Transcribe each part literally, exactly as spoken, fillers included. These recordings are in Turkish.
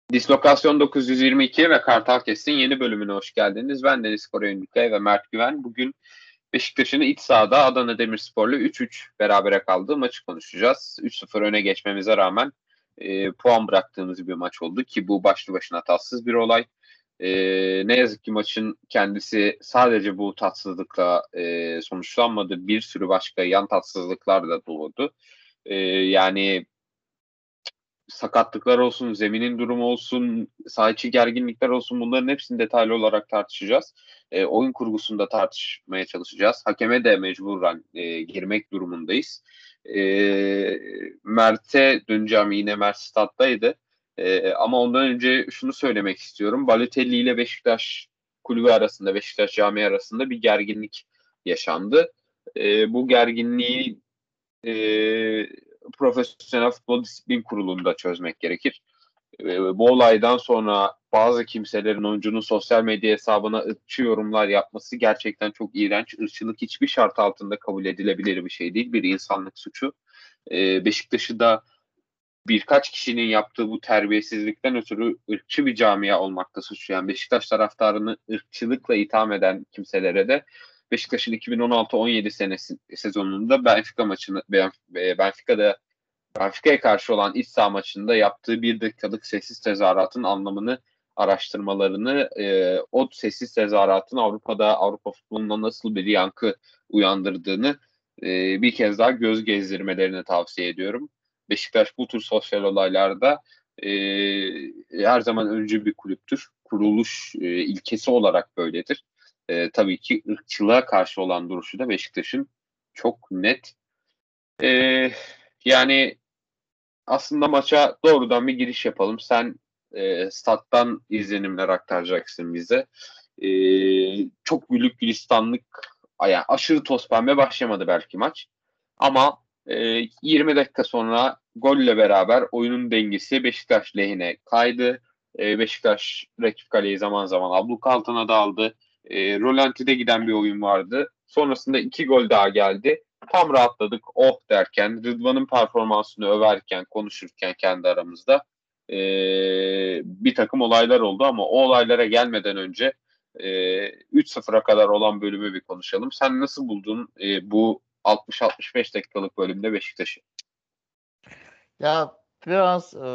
Dislokasyon dokuz yüz yirmi iki ve Kartal Kes'in yeni bölümüne hoş geldiniz. Ben Deniz Koray Ünlükaya ve Mert Güven. Bugün Beşiktaş'ın iç sahada Adana Demirspor'la üç üç berabere kaldığı maçı konuşacağız. üç sıfır öne geçmemize rağmen e, puan bıraktığımız bir maç oldu ki bu başlı başına tatsız bir olay. E, ne yazık ki maçın kendisi sadece bu tatsızlıkla e, sonuçlanmadı. Bir sürü başka yan tatsızlıklar da doğdu. E, yani sakatlıklar olsun, zeminin durumu olsun, saha içi gerginlikler olsun, bunların hepsini detaylı olarak tartışacağız. E, oyun kurgusunda tartışmaya çalışacağız. Hakeme de mecburen e, girmek durumundayız. E, Mert'e döneceğim, yine Mert stat'taydı. E, ama ondan önce şunu söylemek istiyorum. Balotelli ile Beşiktaş kulübü arasında, Beşiktaş camii arasında bir gerginlik yaşandı. E, bu gerginliği e, Profesyonel Futbol Disiplin Kurulu'nda çözmek gerekir. E, bu olaydan sonra bazı kimselerin oyuncunun sosyal medya hesabına ırkçı yorumlar yapması gerçekten çok iğrenç. Irkçılık hiçbir şart altında kabul edilebilir bir şey değil. Bir insanlık suçu. E, Beşiktaş'ı da birkaç kişinin yaptığı bu terbiyesizlikten ötürü ırkçı bir camia olmakta suçlayan, Beşiktaş taraftarını ırkçılıkla itham eden kimselere de Beşiktaş'ın iki bin on altı on yedi senesi sezonunda Benfica maçını Benfica'da Benfica'ya karşı olan iç saha maçında yaptığı bir dakikalık sessiz tezahüratın anlamını araştırmalarını, e, o sessiz tezahüratın Avrupa'da, Avrupa futbolunda nasıl bir yankı uyandırdığını e, bir kez daha göz gezdirmelerini tavsiye ediyorum. Beşiktaş bu tür sosyal olaylarda e, her zaman öncü bir kulüptür. Kuruluş e, ilkesi olarak böyledir. E, tabii ki ırkçılığa karşı olan duruşu da Beşiktaş'ın çok net. E, yani aslında maça doğrudan bir giriş yapalım. Sen e, stat'tan izlenimler aktaracaksın bize. E, çok güllük gülistanlık, yani aşırı toz pembe başlamadı belki maç. Ama e, yirmi dakika sonra golle beraber oyunun dengesi Beşiktaş lehine kaydı. E, Beşiktaş rakip kaleyi zaman zaman abluk altına da aldı. E, Rolanti'de giden bir oyun vardı. Sonrasında iki gol daha geldi. Tam rahatladık oh derken, Rıdvan'ın performansını överken, konuşurken kendi aramızda e, bir takım olaylar oldu ama o olaylara gelmeden önce e, üç sıfıra kadar olan bölümü bir konuşalım. Sen nasıl buldun e, bu altmış altmış beş dakikalık bölümde Beşiktaş'ı? Ya biraz e,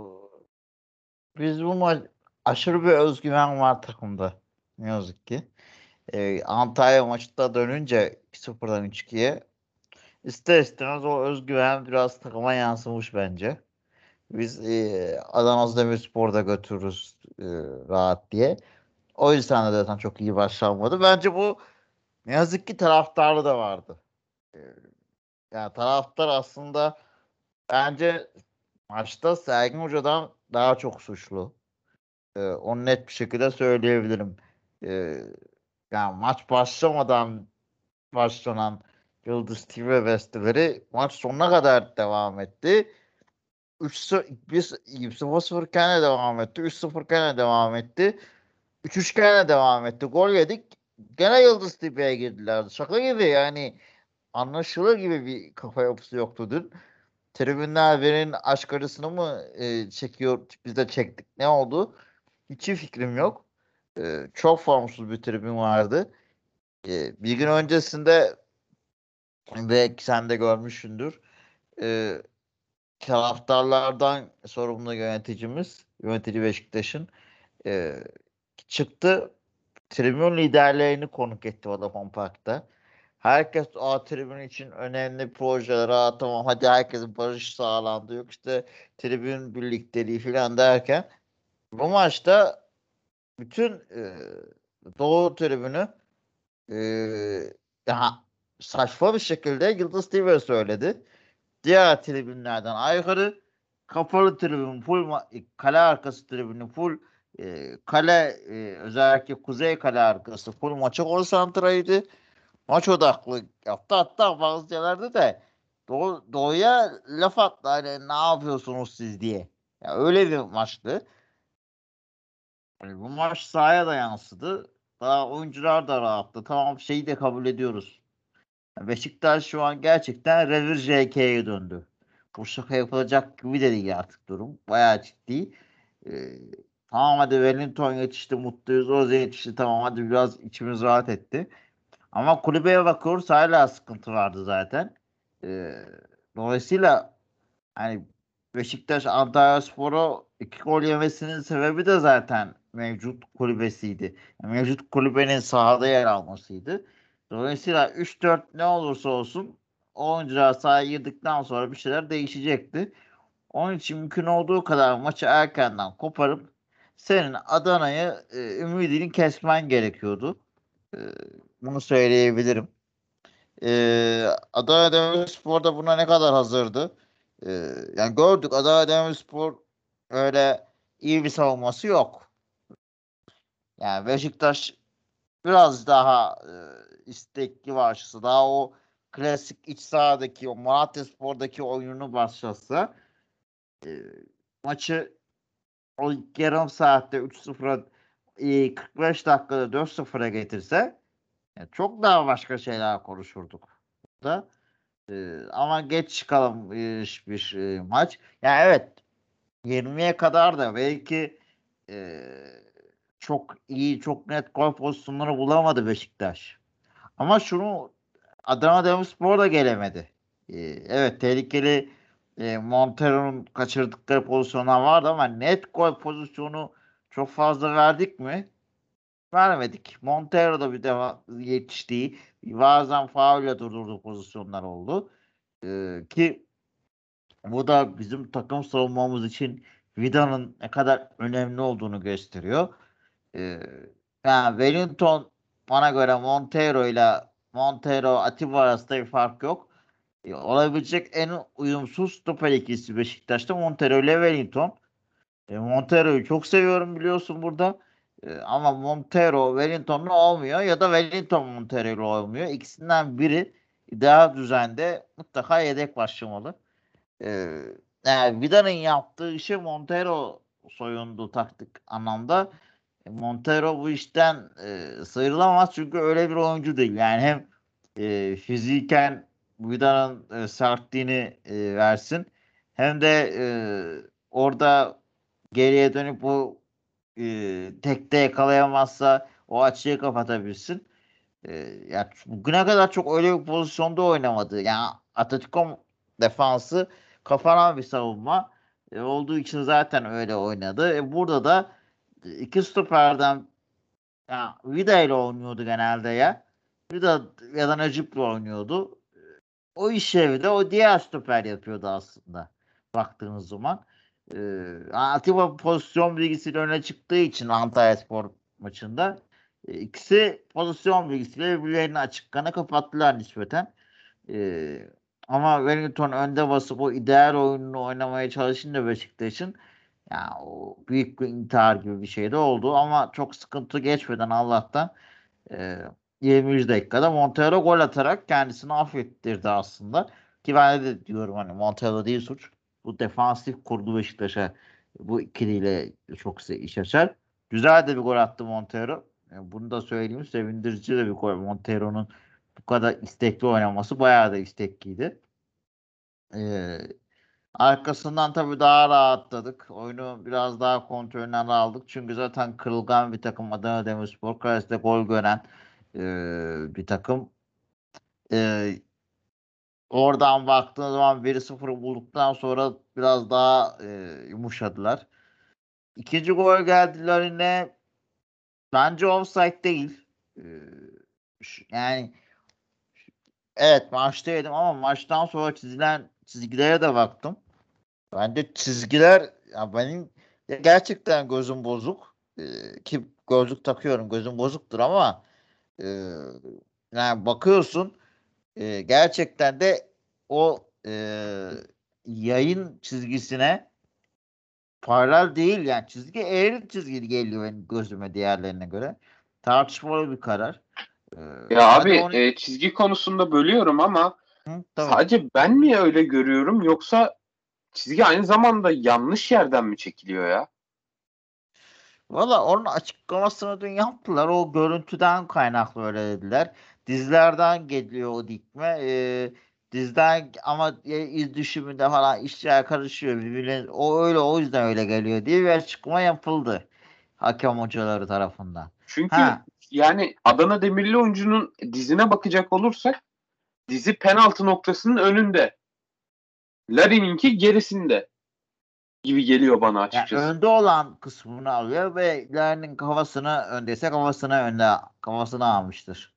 biz bu maç aşırı bir özgüven var takımda. Ne yazık ki. E, Antalya maçta dönünce iki sıfırdan üç ikiye ister istemez o özgüven biraz takıma yansımış bence. Biz e, Adana Demirspor'da götürürüz e, rahat diye. O yüzden de zaten çok iyi başlanmadı. Bence bu ne yazık ki taraftarı da vardı. E, Yani taraftar aslında bence maçta Sergen Hoca'dan daha çok suçlu. Ee, onu net bir şekilde söyleyebilirim. Ee, Yani maç başlamadan başlanan Yıldız T V besteleri maç sonuna kadar devam etti. üç sıfır sıfır iken de devam etti. üç sıfır iken de devam etti. üç üç iken de devam etti. Gol yedik. Gene Yıldız T V'ye girdiler. Şaka gibi yani anlaşılır gibi bir kafa yapısı yoktu dün. Tribünler Verin aşk arısını mı e, çekiyor? Biz de çektik. Ne oldu? Hiçbir fikrim yok. E, çok formsuz bir tribün vardı. E, bir gün öncesinde belki sen de görmüşsündür. E, Taraftarlardan sorumlu yöneticimiz, yönetici Beşiktaş'ın e, çıktı. Tribün liderlerini konuk etti Vodafone Park'ta. Herkes A tribün için önemli projeler, ha tamam hadi herkesin barış sağlandı, yok işte tribün birlikteliği falan derken bu maçta bütün e, Doğu tribünü e, daha saçma bir şekilde Yıldız T V söyledi. Diğer tribünlerden aykırı, kapalı tribün full, kale arkası tribünü full, e, kale e, özellikle kuzey kale arkası full maça konsantreydi. Maç odaklı yaptı. Hatta bazı yerlerde de Doğu, Doğu'ya laf attı. Hani ne yapıyorsunuz siz diye. Ya öyle bir maçtı. Yani bu maç sahaya da yansıdı. Daha oyuncular da rahattı. Tamam şeyi de kabul ediyoruz. Beşiktaş şu an gerçekten Revir J K'ye döndü. Bu şaka yapılacak gibi de değil artık durum. Bayağı ciddi. E, tamam hadi Wellington yetişti, mutluyuz. Oze yetişti, tamam hadi biraz içimiz rahat etti. Ama kulübeye bakıyoruz, hala sıkıntı vardı zaten. E, dolayısıyla hani Beşiktaş Antalyaspor'a iki gol yemesinin sebebi de zaten mevcut kulübesiydi. Yani mevcut kulübenin sahada yer almasıydı. Dolayısıyla üç dört ne olursa olsun oyuncular sahaya girdikten sonra bir şeyler değişecekti. Onun için mümkün olduğu kadar maçı erkenden koparıp senin Adana'yı e, ümidini kesmen gerekiyordu. E, bunu söyleyebilirim. E, Adana Demirspor da buna ne kadar hazırdı? E, yani gördük, Adana Demirspor öyle iyi bir savunması yok. Yani Beşiktaş biraz daha e, istekli başlasa, daha o klasik iç sahadaki, o Malatyaspor'daki oyununu başlasa, e, maçı o ilk yarım saatte üç sıfıra, e, kırk beş dakikada dört sıfıra getirse yani çok daha başka şeyler konuşurduk da. E, ama geç çıkalım e, bir e, maç. Yani evet, yirmiye kadar da belki e, çok iyi, çok net gol pozisyonları bulamadı Beşiktaş. Ama şunu, Adana Demirspor da gelemedi. Ee, evet, tehlikeli e, Montero'nun kaçırdıkları pozisyonlar vardı ama net gol pozisyonu çok fazla verdik mi? Vermedik. Montero da bir defa yetiştiği, bazen faulle durdurduğu pozisyonlar oldu. Ee, ki bu da bizim takım savunmamız için Vida'nın ne kadar önemli olduğunu gösteriyor. Ee, yani Wellington, bana göre Montero ile Montero Atiba arasında bir fark yok. Ee, olabilecek en uyumsuz stoper ikisi Beşiktaş'ta Montero ile Wellington. Ee, Montero'yu çok seviyorum biliyorsun burada. Ee, ama Montero Wellington'la olmuyor ya da Wellington Montero ile olmuyor. İkisinden biri ideal düzende mutlaka yedek başlamalı. Ee, yani Vida'nın yaptığı işe Montero soyundu taktik anlamda. E, Montero bu işten e, sıyrılamaz çünkü öyle bir oyuncu değil. Yani hem e, fiziken Vida'nın e, sertliğini e, versin, hem de e, orada geriye dönüp bu e, tekte yakalayamazsa o açıyı kapatabilsin. E, ya bugüne kadar çok öyle bir pozisyonda oynamadı. Yani Atletico defansı kapanan bir savunma e, olduğu için zaten öyle oynadı. E, burada da iki stoperden, ya Vida ile oynuyordu genelde ya. Vida ya da Necip'le oynuyordu. O işlevi de o diğer stoper yapıyordu aslında baktığınız zaman. Ee, Atiba pozisyon bilgisiyle öne çıktığı için Antalyaspor maçında e, ikisi pozisyon bilgisiyle birbirlerini açık kana kapattılar nispeten. Ee, ama Wellington önde basıp o ideal oyununu oynamaya çalışınca Beşiktaş'ın, ya o büyük bir intihar gibi bir şey de oldu ama çok sıkıntı geçmeden Allah'tan e, yirmi dakikada Montero gol atarak kendisini affettirdi aslında. Ki ben de diyorum hani Montero değil suç. Bu defansif kurdu Beşiktaş'a bu ikiliyle çok size iş açar. Güzel de bir gol attı Montero. Yani bunu da söyleyeyim. Sevindirici de bir gol. Montero'nun bu kadar istekli oynaması bayağı da istekliydi. Ee, arkasından tabii daha rahatladık. Oyunu biraz daha kontrolünden aldık. Çünkü zaten kırılgan bir takım Adana Demirspor. Kalesinde gol gören e, bir takım. E, oradan baktığın zaman bir sıfır bulduktan sonra biraz daha e, yumuşadılar. İkinci gol geldiler yine. Bence offside değil. E, ş- yani evet, maçtaydım ama maçtan sonra çizilen çizgilere de baktım. Bence çizgiler, ya benim ya gerçekten gözüm bozuk. Ee, ki gözlük takıyorum, gözüm bozuktur ama e, yani bakıyorsun, e, gerçekten de o e, yayın çizgisine paralel değil, yani çizgi eğri çizgi geliyor benim gözüme diğerlerine göre. Tartışmalı bir karar. Ee, Ya hadi abi onu. e, çizgi konusunda bölüyorum ama Hı, tabii. sadece ben mi öyle görüyorum yoksa çizgi aynı zamanda yanlış yerden mi çekiliyor ya? Valla onun açıklamasını dün yaptılar. O görüntüden kaynaklı öyle dediler. Dizlerden geliyor o dikme. Ee, Dizden ama iz düşümünde falan işler karışıyor birbirine. O öyle o yüzden öyle geliyor diye bir açıklama yapıldı hakem hocaları tarafından. Çünkü Ha yani Adana Demirli oyuncunun dizine bakacak olursak dizi penaltı noktasının önünde. Larin'inki gerisinde gibi geliyor bana yani açıkçası. önde olan kısmını alıyor ve ilerinin kafasını öndeyse kafasını önde kafasını almıştır.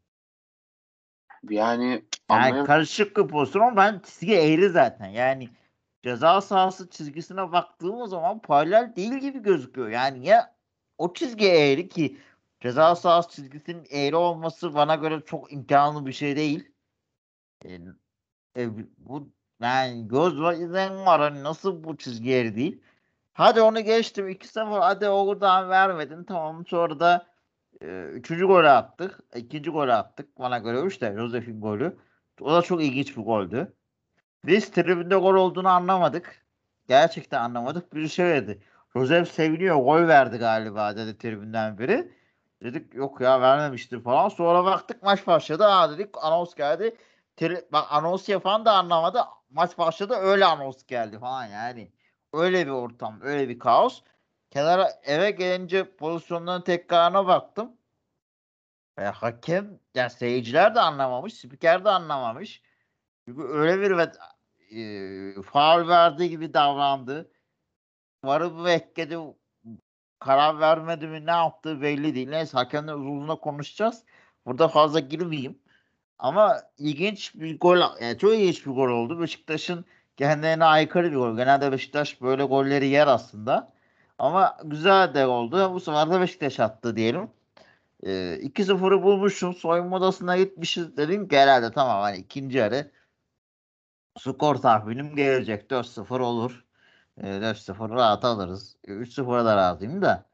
Yani Yani anlayamadım. karışık bir pozisyon ama ben çizgi eğri zaten. Yani ceza sahası çizgisine baktığımız zaman paralel değil gibi gözüküyor. Yani ya o çizgi eğri ki ceza sahası çizgisinin eğri olması bana göre çok imkanlı bir şey değil. E, e, bu yani göz var izlen var hani nasıl bu çizgi eğri değil. Hadi onu geçtim iki sıfır hadi oradan vermedin tamam sonra da e, üçüncü golü attık. İkinci golü attık. Bana göre işte Josef'in golü. O da çok ilginç bir goldü. Biz tribünde gol olduğunu anlamadık. Gerçekten anlamadık. Bir şey dedi. Josef seviniyor. Gol verdi galiba dedi tribünden biri. Dedik yok ya vermemiştir falan. Sonra baktık maç başladı. Aa dedik anons geldi. Tri- bak anons yapan da anlamadı. Maç başladı öyle anons geldi falan yani. Öyle bir ortam. Öyle bir kaos. Kenara eve gelince pozisyonların tekrarına baktım. E, hakem yani seyirciler de anlamamış. Spiker de anlamamış. Çünkü öyle bir ve e, faul verdiği gibi davrandı. Varı mı bekledi, karar vermedi mi ne yaptığı belli değil. Neyse hakemler uzun konuşacağız. Burada fazla girmeyeyim. Ama ilginç bir gol, yani çok ilginç bir gol oldu. Beşiktaş'ın kendilerine aykırı bir gol. Genelde Beşiktaş böyle golleri yer aslında. Ama güzel de oldu. Bu sefer de Beşiktaş attı diyelim. E, iki sıfırı bulmuşum. Soyunma odasına gitmişiz dedim ki herhalde tamam hani ikinci yarı skor tahminim gelecek. dört sıfır olur. E, dört sıfır rahat alırız. E, üç sıfıra da razıyım da.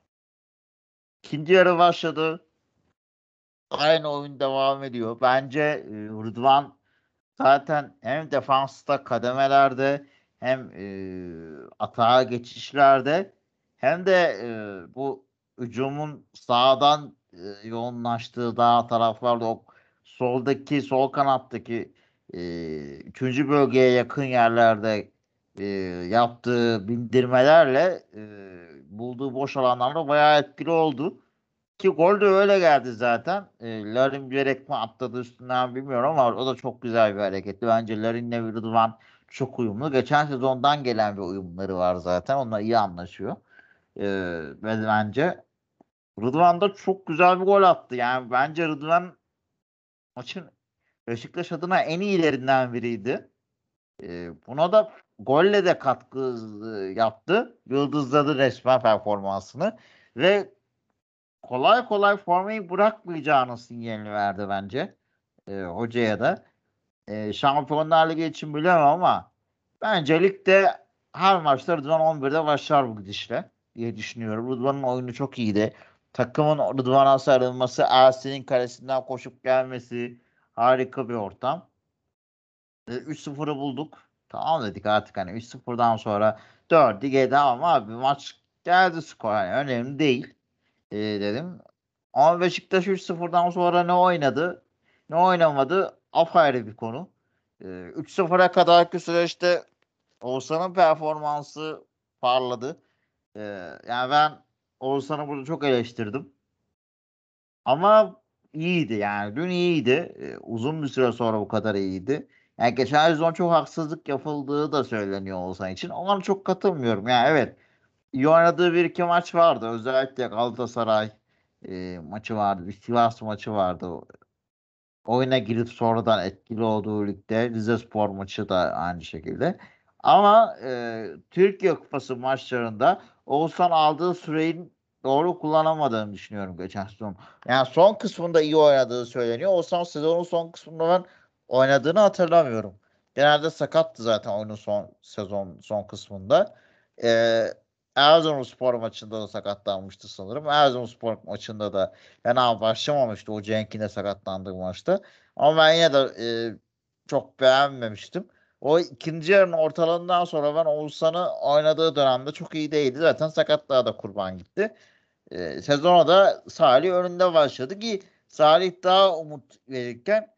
İkinci yarı başladı. Aynı oyun devam ediyor. Bence e, Rıdvan zaten hem defansta kademelerde hem e, atağa geçişlerde hem de e, bu hücumun sağdan e, yoğunlaştığı daha taraflarda o soldaki sol kanattaki e, üçüncü bölgeye yakın yerlerde e, yaptığı bindirmelerle e, bulduğu boş alanlarda bayağı etkili oldu. Ki gol de öyle geldi zaten. E, Larin bilerek mi atladı üstünden bilmiyorum ama o da çok güzel bir hareketti. Bence Larin'le ve Rıdvan çok uyumlu. Geçen sezondan gelen bir uyumları var zaten. Onlar iyi anlaşıyor. E, ve bence Rıdvan da çok güzel bir gol attı. Yani bence Rıdvan maçın Beşiktaş adına en iyilerinden biriydi. E, buna da golle de katkı e, yaptı. Yıldızladı resmen performansını. Ve kolay kolay formayı bırakmayacağını sinyalini verdi bence e, hocaya da. E, Şampiyonlar Ligi için bilemem ama bence ligde her maçta Rıdvan on birde başlar bu gidişle diye düşünüyorum. Rıdvan'ın oyunu çok iyiydi. Takımın Rıdvan'a sarılması, Ersin'in kalesinden koşup gelmesi harika bir ortam. E, üç sıfırı bulduk. Tamam dedik artık hani üç sıfırdan sonra dördü devam abi maç geldi skor. Yani önemli değil e, dedim. Ama Beşiktaş üç sıfırdan sonra ne oynadı, ne oynamadı apayrı bir konu. Ee, üç sıfıra kadarki süreçte Oğuzhan'ın performansı parladı. Ee, yani ben Oğuzhan'ı burada çok eleştirdim. Ama iyiydi yani. Dün iyiydi. Ee, uzun bir süre sonra bu kadar iyiydi. Yani geçen sezon çok haksızlık yapıldığı da söyleniyor Oğuzhan için. Ona çok katılmıyorum. Yani evet iyi oynadığı bir iki maç vardı. Özellikle Galatasaray e, maçı vardı. Bir Sivas maçı vardı. Oyuna girip sonradan etkili olduğu ligde Rizespor maçı da aynı şekilde. Ama e, Türkiye Kupası maçlarında Oğuzhan aldığı süreyi doğru kullanamadığını düşünüyorum geçen sezon. Yani son kısmında iyi oynadığı söyleniyor. Oğuzhan sezonun son kısmında ben oynadığını hatırlamıyorum. Genelde sakattı zaten oyunun son sezon son kısmında. E, Erzurumspor maçında da sakatlanmıştı sanırım. Erzurumspor maçında da fena başlamamıştı o Cenk'in de sakatlandığı maçta. Ama ben yine de e, çok beğenmemiştim. O ikinci yarının ortalarından sonra ben Oğuzhan'ı oynadığı dönemde çok iyi değildi. Zaten sakatlığa da kurban gitti. E, sezona da Salih önünde başladı ki Salih daha umut verirken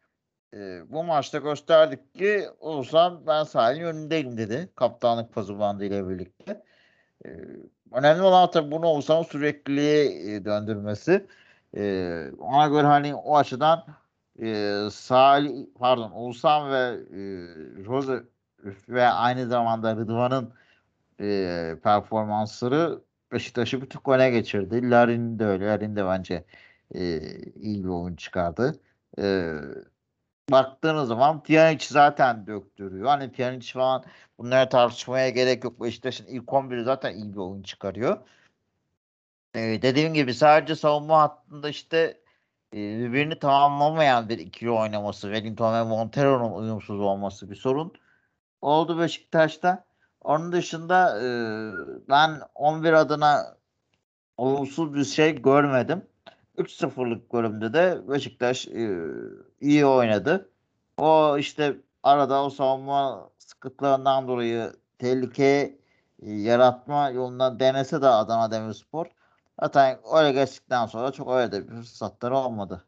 e, bu maçta gösterdik ki Oğuzhan ben sahilin önündeyim dedi. Kaptanlık pası bandı ile birlikte. E, önemli olan tabii bunu Oğuzhan'ın sürekliliğe e, döndürmesi. E, ona göre hani o açıdan e, Salih pardon Oğuzhan ve e, Jose ve aynı zamanda Rıdvan'ın e, performansları Beşiktaş'ı bir tık öne geçirdi. Larin de öyle. Larin de bence e, iyi bir oyun çıkardı. E, baktığınız zaman Pjanic zaten döktürüyor. Hani Pjanic falan bunları tartışmaya gerek yok. Beşiktaş'ın ilk on biri zaten iyi bir oyun çıkarıyor. E, dediğim gibi sadece savunma hattında işte e, birbirini tamamlamayan bir ikili oynaması. Wellington ve Montero'nun uyumsuz olması bir sorun oldu Beşiktaş'ta. Onun dışında e, ben on bir adına olumsuz bir şey görmedim. üç sıfırlık bölümde de Beşiktaş e, iyi oynadı. O işte arada o savunma sıkıntılarından dolayı tehlike e, yaratma yolunda denese de Adana Demirspor zaten öyle geçtikten sonra çok öyle de bir fırsatları olmadı.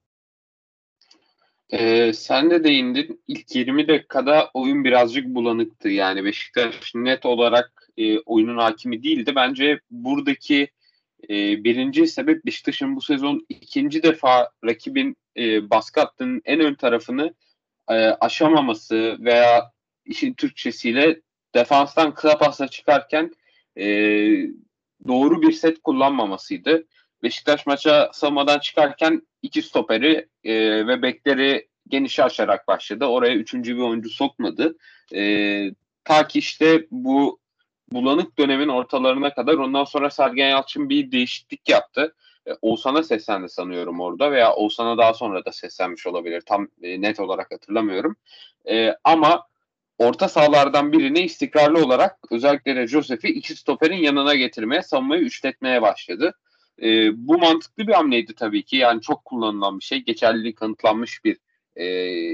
Ee, sen de değindin. İlk yirmi dakikada oyun birazcık bulanıktı. Yani Beşiktaş net olarak e, oyunun hakimi değildi. Bence buradaki e, birinci sebep Beşiktaş'ın bu sezon ikinci defa rakibin e, baskı hattının en ön tarafını e, aşamaması veya işin Türkçesiyle defanstan kısa pasla çıkarken e, doğru bir set kullanmamasıydı. Beşiktaş maça savunmadan çıkarken iki stoperi e, ve bekleri genişe açarak başladı. Oraya üçüncü bir oyuncu sokmadı. E, ta ki işte bu bulanık dönemin ortalarına kadar ondan sonra Sergen Yalçın bir değişiklik yaptı. E, Oğuzhan'a seslendi sanıyorum orada veya Oğuzhan'a daha sonra da seslenmiş olabilir. Tam e, net olarak hatırlamıyorum. E, ama orta sahalardan birini istikrarlı olarak özellikle de Josef'i iki stoperin yanına getirmeye, savunmayı üçletmeye başladı. E, bu mantıklı bir hamleydi tabii ki. Yani çok kullanılan bir şey. Geçerliliği kanıtlanmış bir e,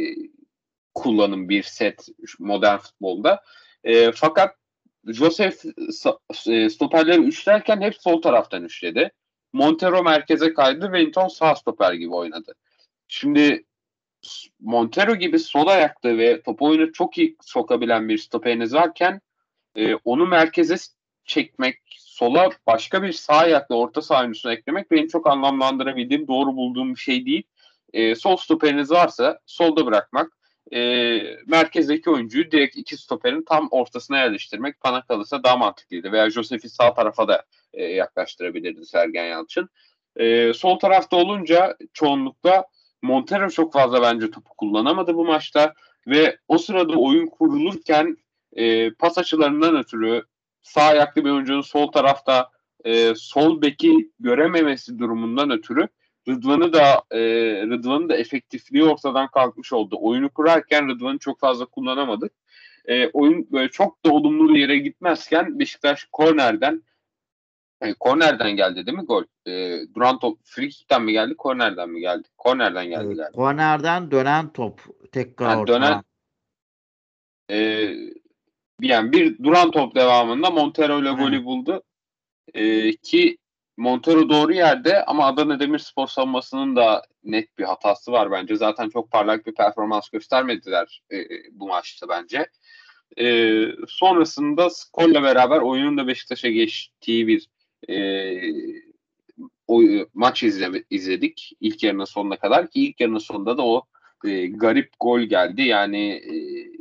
kullanım, bir set modern futbolda. E, fakat Josef e, stoperleri üçlerken hep sol taraftan üçledi. Montero merkeze kaydı. Wellington sağ stoper gibi oynadı. Şimdi Montero gibi sol ayaklı ve top oyunu çok iyi sokabilen bir stoperiniz varken e, onu merkeze çekmek, sola başka bir sağ ayaklı orta saha oyuncusuna eklemek benim çok anlamlandırabildiğim, doğru bulduğum bir şey değil. E, sol stoperiniz varsa solda bırakmak, e, merkezdeki oyuncuyu direkt iki stoperin tam ortasına yerleştirmek bana kalırsa daha mantıklıydı. Veya Josef'i sağ tarafa da e, yaklaştırabilirdi Sergen Yalçın. E, sol tarafta olunca çoğunlukla Montero çok fazla bence topu kullanamadı bu maçta ve o sırada oyun kurulurken e, pas açılarından ötürü sağ ayaklı bir oyuncunun sol tarafta e, sol beki görememesi durumundan ötürü Rıdvan'ı da e, Rıdvan'ın da efektifliği ortadan kalkmış oldu. Oyunu kurarken Rıdvan'ı çok fazla kullanamadık. E, oyun böyle çok da olumlu bir yere gitmezken Beşiktaş kornerden yani kornerden geldi değil mi gol? E, duran top frikikten mi geldi, kornerden mi geldi? Kornerden geldi E, galiba. kornerden dönen top tekrar Yani dönen ortadan. e, yani bir duran top devamında Montero ile Aynen. golü buldu. E, ki Montero doğru yerde ama Adana Demirspor savunmasının da net bir hatası var bence. Zaten çok parlak bir performans göstermediler e, bu maçta bence. E, sonrasında skorla beraber oyunun da Beşiktaş'a geçtiği bir e, o, maç izleme, izledik ilk yarının sonuna kadar ki ilk yarının sonunda da o e, garip gol geldi. Yani e,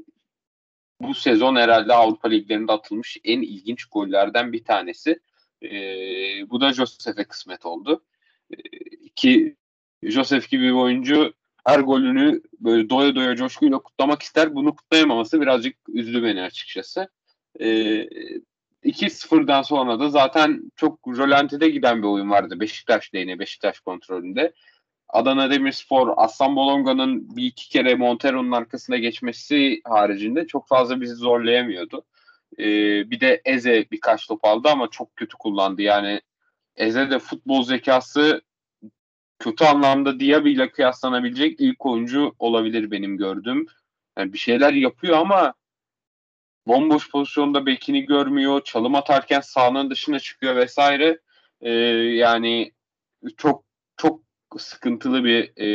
bu sezon herhalde Avrupa Liglerinde atılmış en ilginç gollerden bir tanesi. E, bu da Josef'e kısmet oldu. E, ki Josef gibi bir oyuncu her golünü böyle doya doya coşkuyla kutlamak ister. Bunu kutlayamaması birazcık üzdü beni açıkçası. E, iki sıfırdan sonra da zaten çok rölantide giden bir oyun vardı Beşiktaş lehine, Beşiktaş kontrolünde. Adana Demirspor, Aslan Bolonga'nın bir iki kere Montero'nun arkasına geçmesi haricinde çok fazla bizi zorlayamıyordu. Ee, bir de Eze birkaç top aldı ama çok kötü kullandı. Yani Eze de futbol zekası kötü anlamda Diaby ile kıyaslanabilecek ilk oyuncu olabilir benim gördüğüm. Yani bir şeyler yapıyor ama bomboş pozisyonda bekini görmüyor. Çalım atarken sahanın dışına çıkıyor vesaire. Ee, yani çok çok sıkıntılı bir e,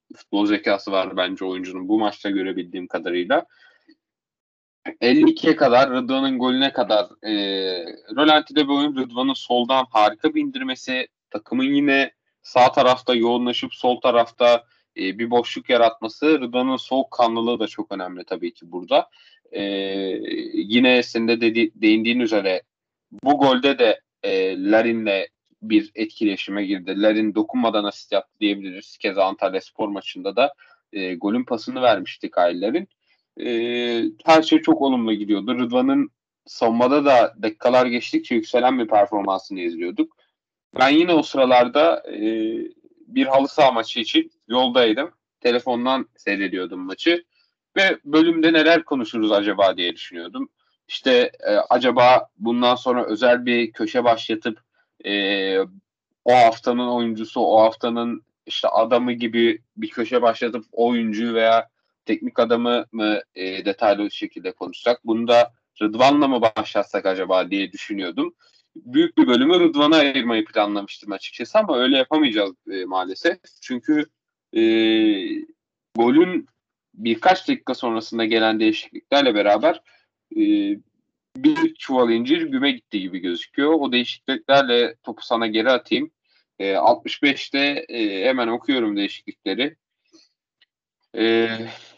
futbol zekası var bence oyuncunun bu maçta görebildiğim kadarıyla. elli ikiye kadar Rıdvan'ın golüne kadar e, rölantide bir oyun. Rıdvan'ın soldan harika bir indirmesi, takımın yine sağ tarafta yoğunlaşıp sol tarafta e, bir boşluk yaratması. Rıdvan'ın soğukkanlılığı da çok önemli tabii ki burada. E, Yine senin de dedi, değindiğin üzere bu golde de e, Larin'le bir etkileşime girdi. Larin dokunmadan asist yaptı diyebiliriz. Keza Antalyaspor maçında da e, golün pasını vermişti Kyle Larin. E, Her şey çok olumlu gidiyordu. Rıdvan'ın savunmada da dakikalar geçtikçe yükselen bir performansını izliyorduk. Ben yine o sıralarda e, bir halı saha maçı için yoldaydım. Telefondan seyrediyordum maçı. Ve bölümde neler konuşuruz acaba diye düşünüyordum. İşte e, acaba bundan sonra özel bir köşe başlatıp e, o haftanın oyuncusu, o haftanın işte adamı gibi bir köşe başlatıp oyuncuyu veya teknik adamı mı e, detaylı şekilde konuşsak? Bunu da Rıdvan'la mı başlatsak acaba diye düşünüyordum. Büyük bir bölümü Rıdvan'a ayırmayı planlamıştım açıkçası ama öyle yapamayacağız e, maalesef. Çünkü e, golün birkaç dakika sonrasında gelen değişikliklerle beraber e, bir çuval incir güme gitti gibi gözüküyor. O değişikliklerle topu sana geri atayım. E, altmış beşte e, hemen okuyorum değişiklikleri. E,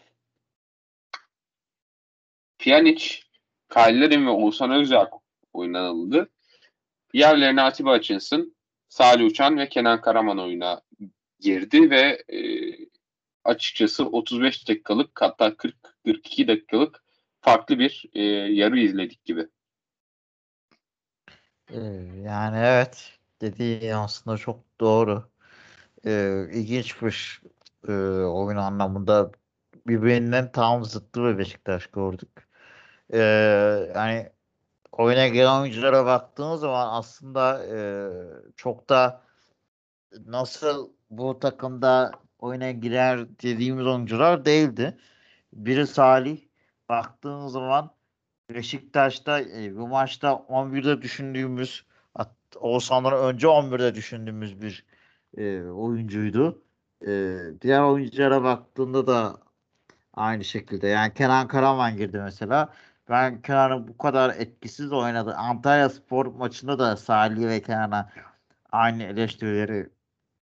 Pjanic, Kyle Larin ve Oğuzhan Özyak oyundan alındı. Yerlerine Atiba Hutchinson, Salih Uçan ve Kenan Karaman oyuna girdi ve e, açıkçası otuz beş dakikalık hatta kırk kırk iki dakikalık farklı bir e, yarı izledik gibi. Ee, yani evet, dediğin aslında çok doğru. Ee, ilginçmiş. Ee, oyun anlamında birbirinden tam zıttı bir Beşiktaş gördük. Ee, yani oyuna gelen oyunculara baktığımız zaman aslında e, çok da nasıl bu takımda oyuna girer dediğimiz oyuncular değildi. Biri Salih, baktığın zaman Beşiktaş'ta e, bu maçta on birde düşündüğümüz, hat- Oğuzhan'dan önce on birde düşündüğümüz bir e, oyuncuydu. E, Diğer oyunculara baktığında da aynı şekilde. Yani Kenan Karaman girdi mesela. Ben Kenan'ın bu kadar etkisiz oynadı. Antalyaspor maçında da Salih ve Kenan'a aynı eleştirileri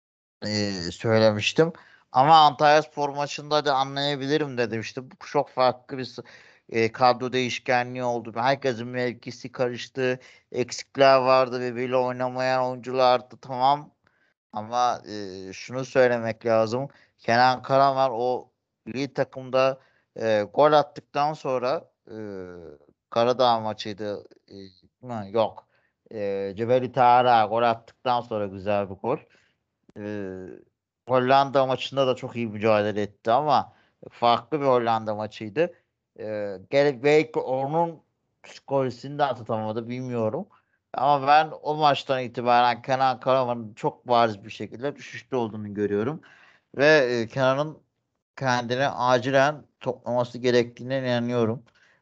e, söylemiştim. Ama Antalyaspor maçında da anlayabilirim dedim. İşte bu çok farklı bir s- e, kadro değişkenliği oldu. Herkesin mevkisi karıştı. Eksikler vardı. Birbiriyle oynamayan oyunculardı. Tamam. Ama e, şunu söylemek lazım. Kenan Karaman o milli takımda e, gol attıktan sonra e, Karadağ maçıydı. E, hı, yok. E, Cebeli Tarık'a gol attıktan sonra güzel bir gol. Ee, Hollanda maçında da çok iyi mücadele etti ama farklı bir Hollanda maçıydı. Ee, gerek belki onun psikolojisini de atlatamadı bilmiyorum. Ama ben o maçtan itibaren Kenan Karaman'ın çok bariz bir şekilde düşüşte olduğunu görüyorum. Ve e, Kenan'ın kendini acilen toplaması gerektiğine inanıyorum.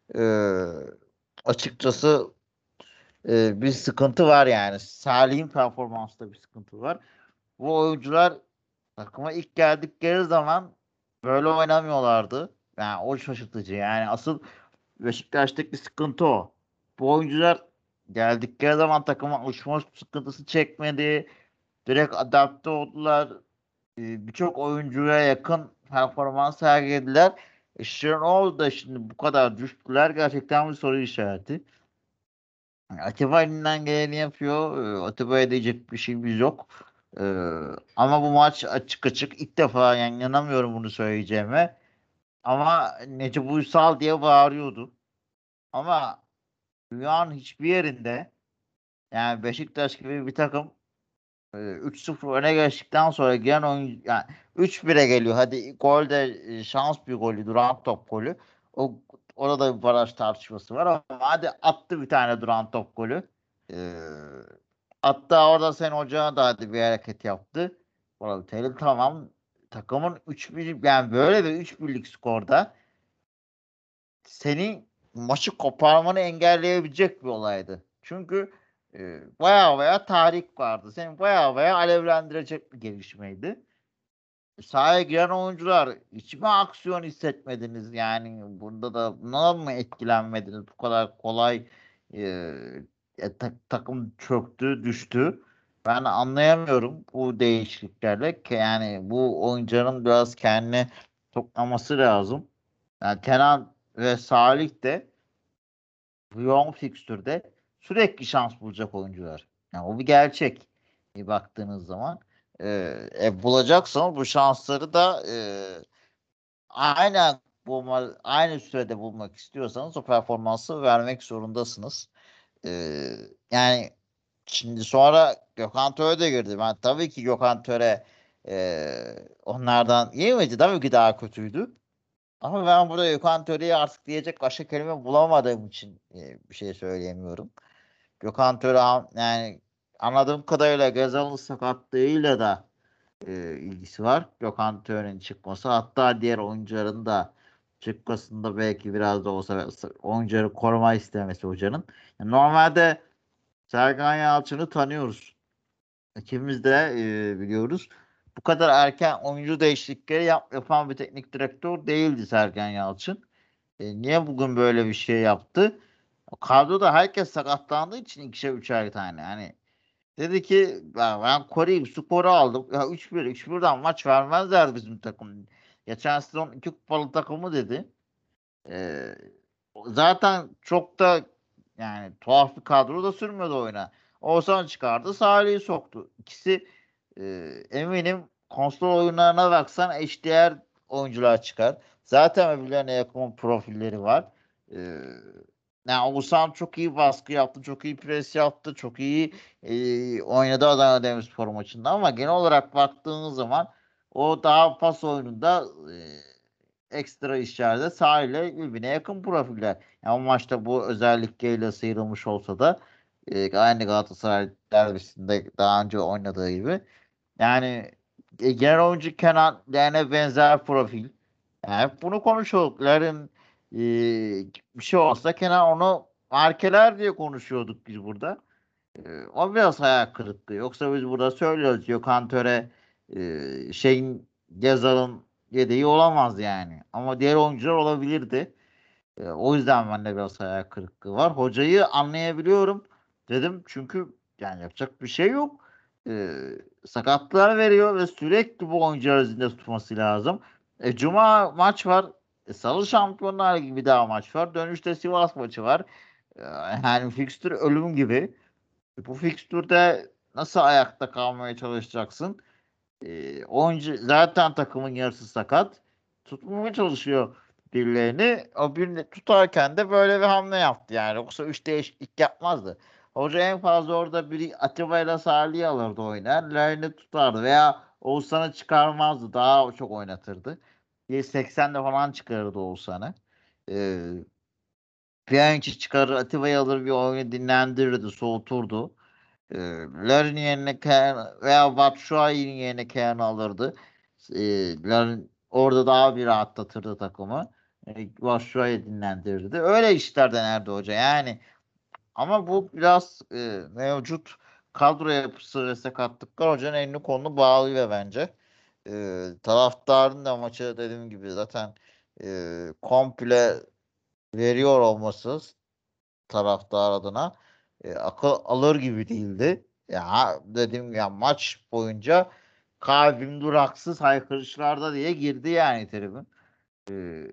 Ee, Açıkçası e, bir sıkıntı var yani. Salih'in performansında bir sıkıntı var. Bu oyuncular takıma ilk geldikleri zaman böyle oynamıyorlardı. Yani o şaşırtıcı. Yani asıl Beşiktaş'taki sıkıntı o. Bu oyuncular geldikleri zaman takıma alışma sıkıntısı çekmedi. Direkt adapte oldular. Ee, Birçok oyuncuya yakın performans sergilediler. E şimdi ne oldu da şimdi bu kadar düştüler? Gerçekten bir soru işareti. Yani Atiba elinden geleni yapıyor. Ee, Atiba'ya diyecek bir şeyimiz yok. Ee, Ama bu maç açık açık ilk defa, yani inanamıyorum bunu söyleyeceğime. Ama Necip Uysal diye bağırıyordu. Ama dünyanın hiçbir yerinde, yani Beşiktaş gibi bir takım e, üç sıfır öne geçtikten sonra giren oyun, yani üç bire geliyor. Hadi gol de e, şans bir golü, duran top golü. O orada bir baraj tartışması var ama hadi attı bir tane duran top golü. Ee, Hatta orada sen hoca da hadi bir hareket yaptı. Balotelli tamam, takımın üç bir, yani böyle bir üç birlik skorda senin maçı koparmanı engelleyebilecek bir olaydı. Çünkü e, baya baya tarih vardı. Seni baya baya alevlendirecek bir gelişmeydi. sahaya giren oyuncular hiç mi aksiyon hissetmediniz? Yani burada da buna mı etkilenmediniz? Bu kadar kolay e, e, ta- takım çöktü, düştü. Ben anlayamıyorum bu değişikliklerle. Ke- Yani bu oyuncuların biraz kendini toplaması lazım. Yani Kenan ve Salih de bu yoğun fikstürde sürekli şans bulacak oyuncular. Yani o bir gerçek. Bir baktığınız zaman. Ee, e, bulacaksanız bu şansları da e, aynı bulma, aynı sürede bulmak istiyorsanız o performansı vermek zorundasınız. Ee, Yani şimdi sonra Gökhan Töre de girdi. Ben tabii ki Gökhan Töre e, onlardan iyi miydi? Tabii ki daha kötüydü. Ama ben burada Gökhan Töre'yi artık diyecek başka kelime bulamadığım için e, bir şey söyleyemiyorum. Gökhan Töre yani anladığım kadarıyla Gezal'ın sakatlığıyla da e, ilgisi var. Gökhan Töre'nin çıkması. Hatta diğer oyuncuların da çıkmasında belki biraz da olsa oyuncuları koruma istemesi hocanın. Yani normalde Sergen Yalçın'ı tanıyoruz. İkimiz de e, biliyoruz. Bu kadar erken oyuncu değişiklikleri yap, yapan bir teknik direktör değildi Sergen Yalçın. E, niye bugün böyle bir şey yaptı? Kadroda herkes sakatlandığı için ikişer üçer tane. Hani dedi ki ben, ben koruyayım skoru aldım. Ya üç bir üç birden maç vermezler bizim takım. Geçen sezon iki kupalı takımı dedi. E, Zaten çok da yani tuhaf bir kadro da sürmedi oyuna. Oğuzhan çıkardı, Salih'i soktu. İkisi e, eminim konsol oyunlarına baksan eşdeğer oyuncular çıkar. Zaten birbirlerine yakın profilleri var. E, Yani Oğuzhan çok iyi baskı yaptı, çok iyi pres yaptı, çok iyi e, oynadı Adana Demirspor maçında ama genel olarak baktığınız zaman o daha pas oyununda e, ekstra işlerde sahile birbirine yakın profiller. Yani o maçta bu özellikle sıyrılmış olsa da e, aynı Galatasaray derbisinde daha önce oynadığı gibi. Yani e, genel oyuncu Kenan Leğen'e benzer profil. Yani hep bunu konuşuyorduk. Leğen e, bir şey olsa Kenan onu markeler diye konuşuyorduk biz burada. E, o biraz hayal kırıklığı. Yoksa biz burada söylüyoruz Gökhan Töre e, şeyin Gezal'ın yedeği olamaz yani. Ama diğer oyuncular olabilirdi. E, o yüzden bende biraz hayal kırıklığı var. Hocayı anlayabiliyorum dedim çünkü yani yapacak bir şey yok. E, Sakatlılar veriyor ve sürekli bu oyuncuları zinde tutması lazım. E, Cuma maç var. E, Salı Şampiyonlar gibi daha maç var. Dönüşte Sivas maçı var. E, Yani fikstür ölüm gibi. E, Bu fikstürde nasıl ayakta kalmaya çalışacaksın? E, oyuncu zaten takımın yarısı sakat. Tutmaya çalışıyor birilerini. O birini tutarken de böyle bir hamle yaptı yani. Yoksa üç değişiklik yapmazdı. Hoca en fazla orada biri Atiba ile Salih'i alırdı oynar. Lerini tutardı veya Oğuzhan'ı çıkarmazdı. Daha çok oynatırdı. seksenle falan çıkarırdı Oğuzhan'ı. Ee, Pjanic çıkarır Atiba'yı alır bir oyunu dinlendirirdi, soğuturdu. E, Larin yerine Kayan veya Batshuayi'nin yerine Kayan alırdı. E, Larin orada daha bir rahatlatırdı takımı. E, Batshuayi dinlendirirdi. Öyle işler denerdi hoca. Yani ama bu biraz e, mevcut kadro yapısı ve sakatlıklar hocanın elini kolunu bağlıyor bence. E, taraftarın da maçı dediğim gibi zaten e, komple veriyor olması taraftar adına e, akıl alır gibi değildi. Ya dedim ya maç boyunca kalbim duraksız haykırışlarda diye girdi yani tribün. E,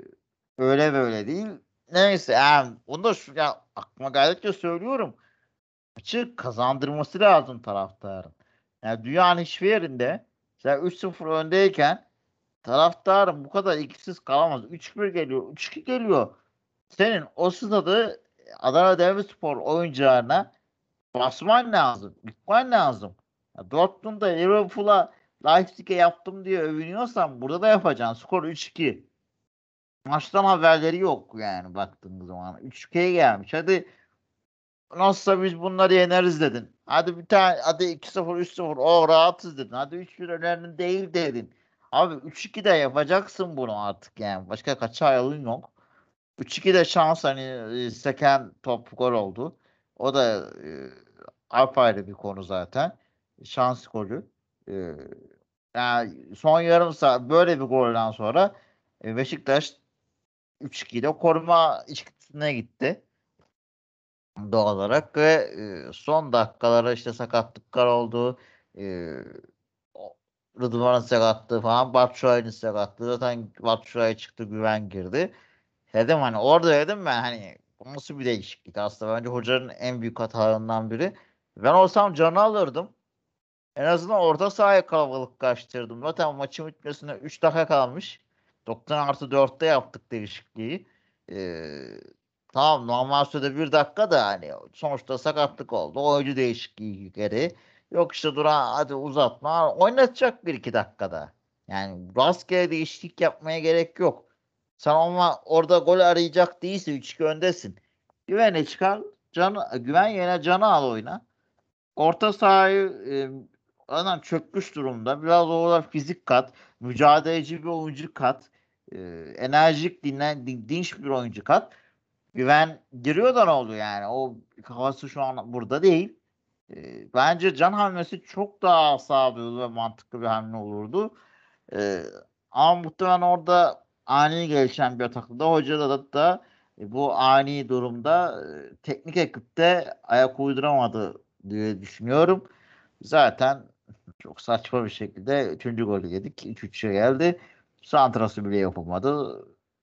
Öyle böyle değil. Neyse yani onu da şu, ya, aklıma geldikçe söylüyorum. Maçı kazandırması lazım taraftarın. Yani dünyanın hiçbir yerinde sen üç sıfır öndeyken taraftarın bu kadar ikisiz kalamaz. üç bir geliyor, üç iki geliyor. Senin o sırada Adana Demirspor oyuncularına basman lazım. Gitmen lazım. Ya Dortmund'da Liverpool'a Leipzig'e yaptım diye övünüyorsan burada da yapacaksın. Skor üç iki. Maçtan haberleri yok yani baktığın zaman. üç ikiye gelmiş. Hadi nasılsa biz bunları yeneriz dedin. Hadi bir tane hadi iki sıfır üç sıfır o rahatız dedin. Hadi üç bir önemli değil dedin. Abi üç iki de yapacaksın bunu artık yani. Başka kaç ayalın yok. üç iki de şans hani e, seken top gol oldu. O da e, apayrı bir konu zaten. Şans golü. E, Yani son yarım saat böyle bir golden sonra e, Beşiktaş üç iki ile koruma içgüdüsüne gitti doğal olarak ve e, son dakikalara işte sakatlıklar oldu. E, o- Rıdvan'ın sakatlığı falan, Batshuayi'nin sakatlığı, zaten Batshuayi çıktı, Güven girdi. Dedim hani orada dedim ben hani bu nasıl bir değişiklik aslında, bence hocanın en büyük hatalarından biri. Ben olsam Can'ı alırdım. En azından orta sahaya kalabalık kaçtırdım. Zaten maçın bitmesine üç dakika kalmış. doksan artı dörtte yaptık değişikliği. Ee, tamam, normal sürede bir dakika da hani sonuçta sakatlık oldu. Oyuncu değişikliği geri. Yok işte Duran hadi uzatma. Oynatacak bir iki dakikada. Yani rastgele değişiklik yapmaya gerek yok. Sen ama orada gol arayacak değilse üç iki öndesin. Güvene çıkar. Canı, güven yerine Can'ı al oyuna. Orta sahayı e, adam çökmüş durumda. Biraz orada fizik kat, mücadeleci bir oyuncu kat, e, enerjik, dinlen, din- dinç bir oyuncu kat. Güven giriyor da ne oluyor yani? O havası şu an burada değil. E, bence Can hamlesi çok daha sağduyulu ve mantıklı bir hamle olurdu. E, Ama muhtemelen orada ani gelişen bir atakta hoca da, da e, bu ani durumda e, teknik ekipte ayak uyduramadı diye düşünüyorum. Zaten çok saçma bir şekilde üçüncü golü yedik. üç üçe geldi. Santrası bile yapılmadı.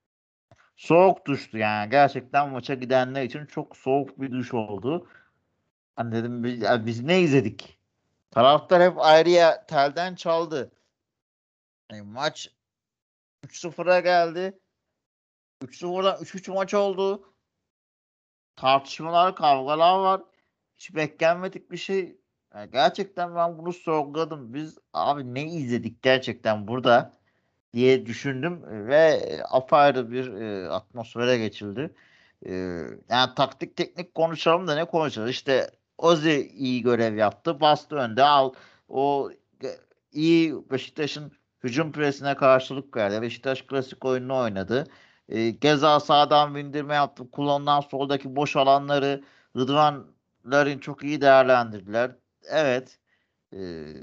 Soğuk düştü yani. Gerçekten maça gidenler için çok soğuk bir duş oldu. Hani dedim biz, ya biz ne izledik? Taraftar hep ayrıya telden çaldı. Yani maç üç sıfıra geldi. üç sıfırdan üç üç maç oldu. Tartışmalar, kavgalar var. Hiç beklenmedik bir şey. Yani gerçekten ben bunu sorguladım. Biz abi ne izledik gerçekten burada diye düşündüm ve apayrı bir e, atmosfere geçildi. E, Yani taktik teknik konuşalım da ne konuşacağız? İşte Ozi iyi görev yaptı. Bastı önde al. O e, iyi Beşiktaş'ın hücum presine karşılık verdi. Beşiktaş klasik oyununu oynadı. E, Geza sağdan bindirme yaptı. Kullanılan soldaki boş alanları Rıdvanların çok iyi değerlendirdiler. Evet. E,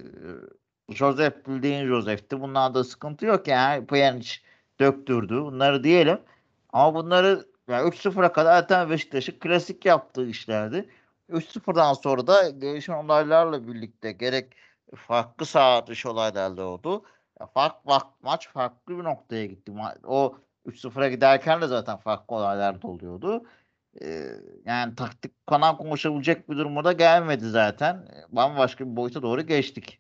Joseph bildiğin Joseph'ti. Bunlarda sıkıntı yok yani. Pjanic döktürdü. Bunları diyelim. Ama bunları yani üç sıfıra kadar zaten Beşiktaş'ın klasik yaptığı işlerdi. üç sıfırdan sonra da gelişen olaylarla birlikte gerek farklı saha dışı olaylar da oldu. Ya fark, fark, maç farklı bir noktaya gitti. Ma- O üç sıfıra giderken de zaten farklı olaylar da oluyordu. Ee, Yani taktik kanal konuşabilecek bir duruma da gelmedi zaten. Bambaşka bir boyuta doğru geçtik.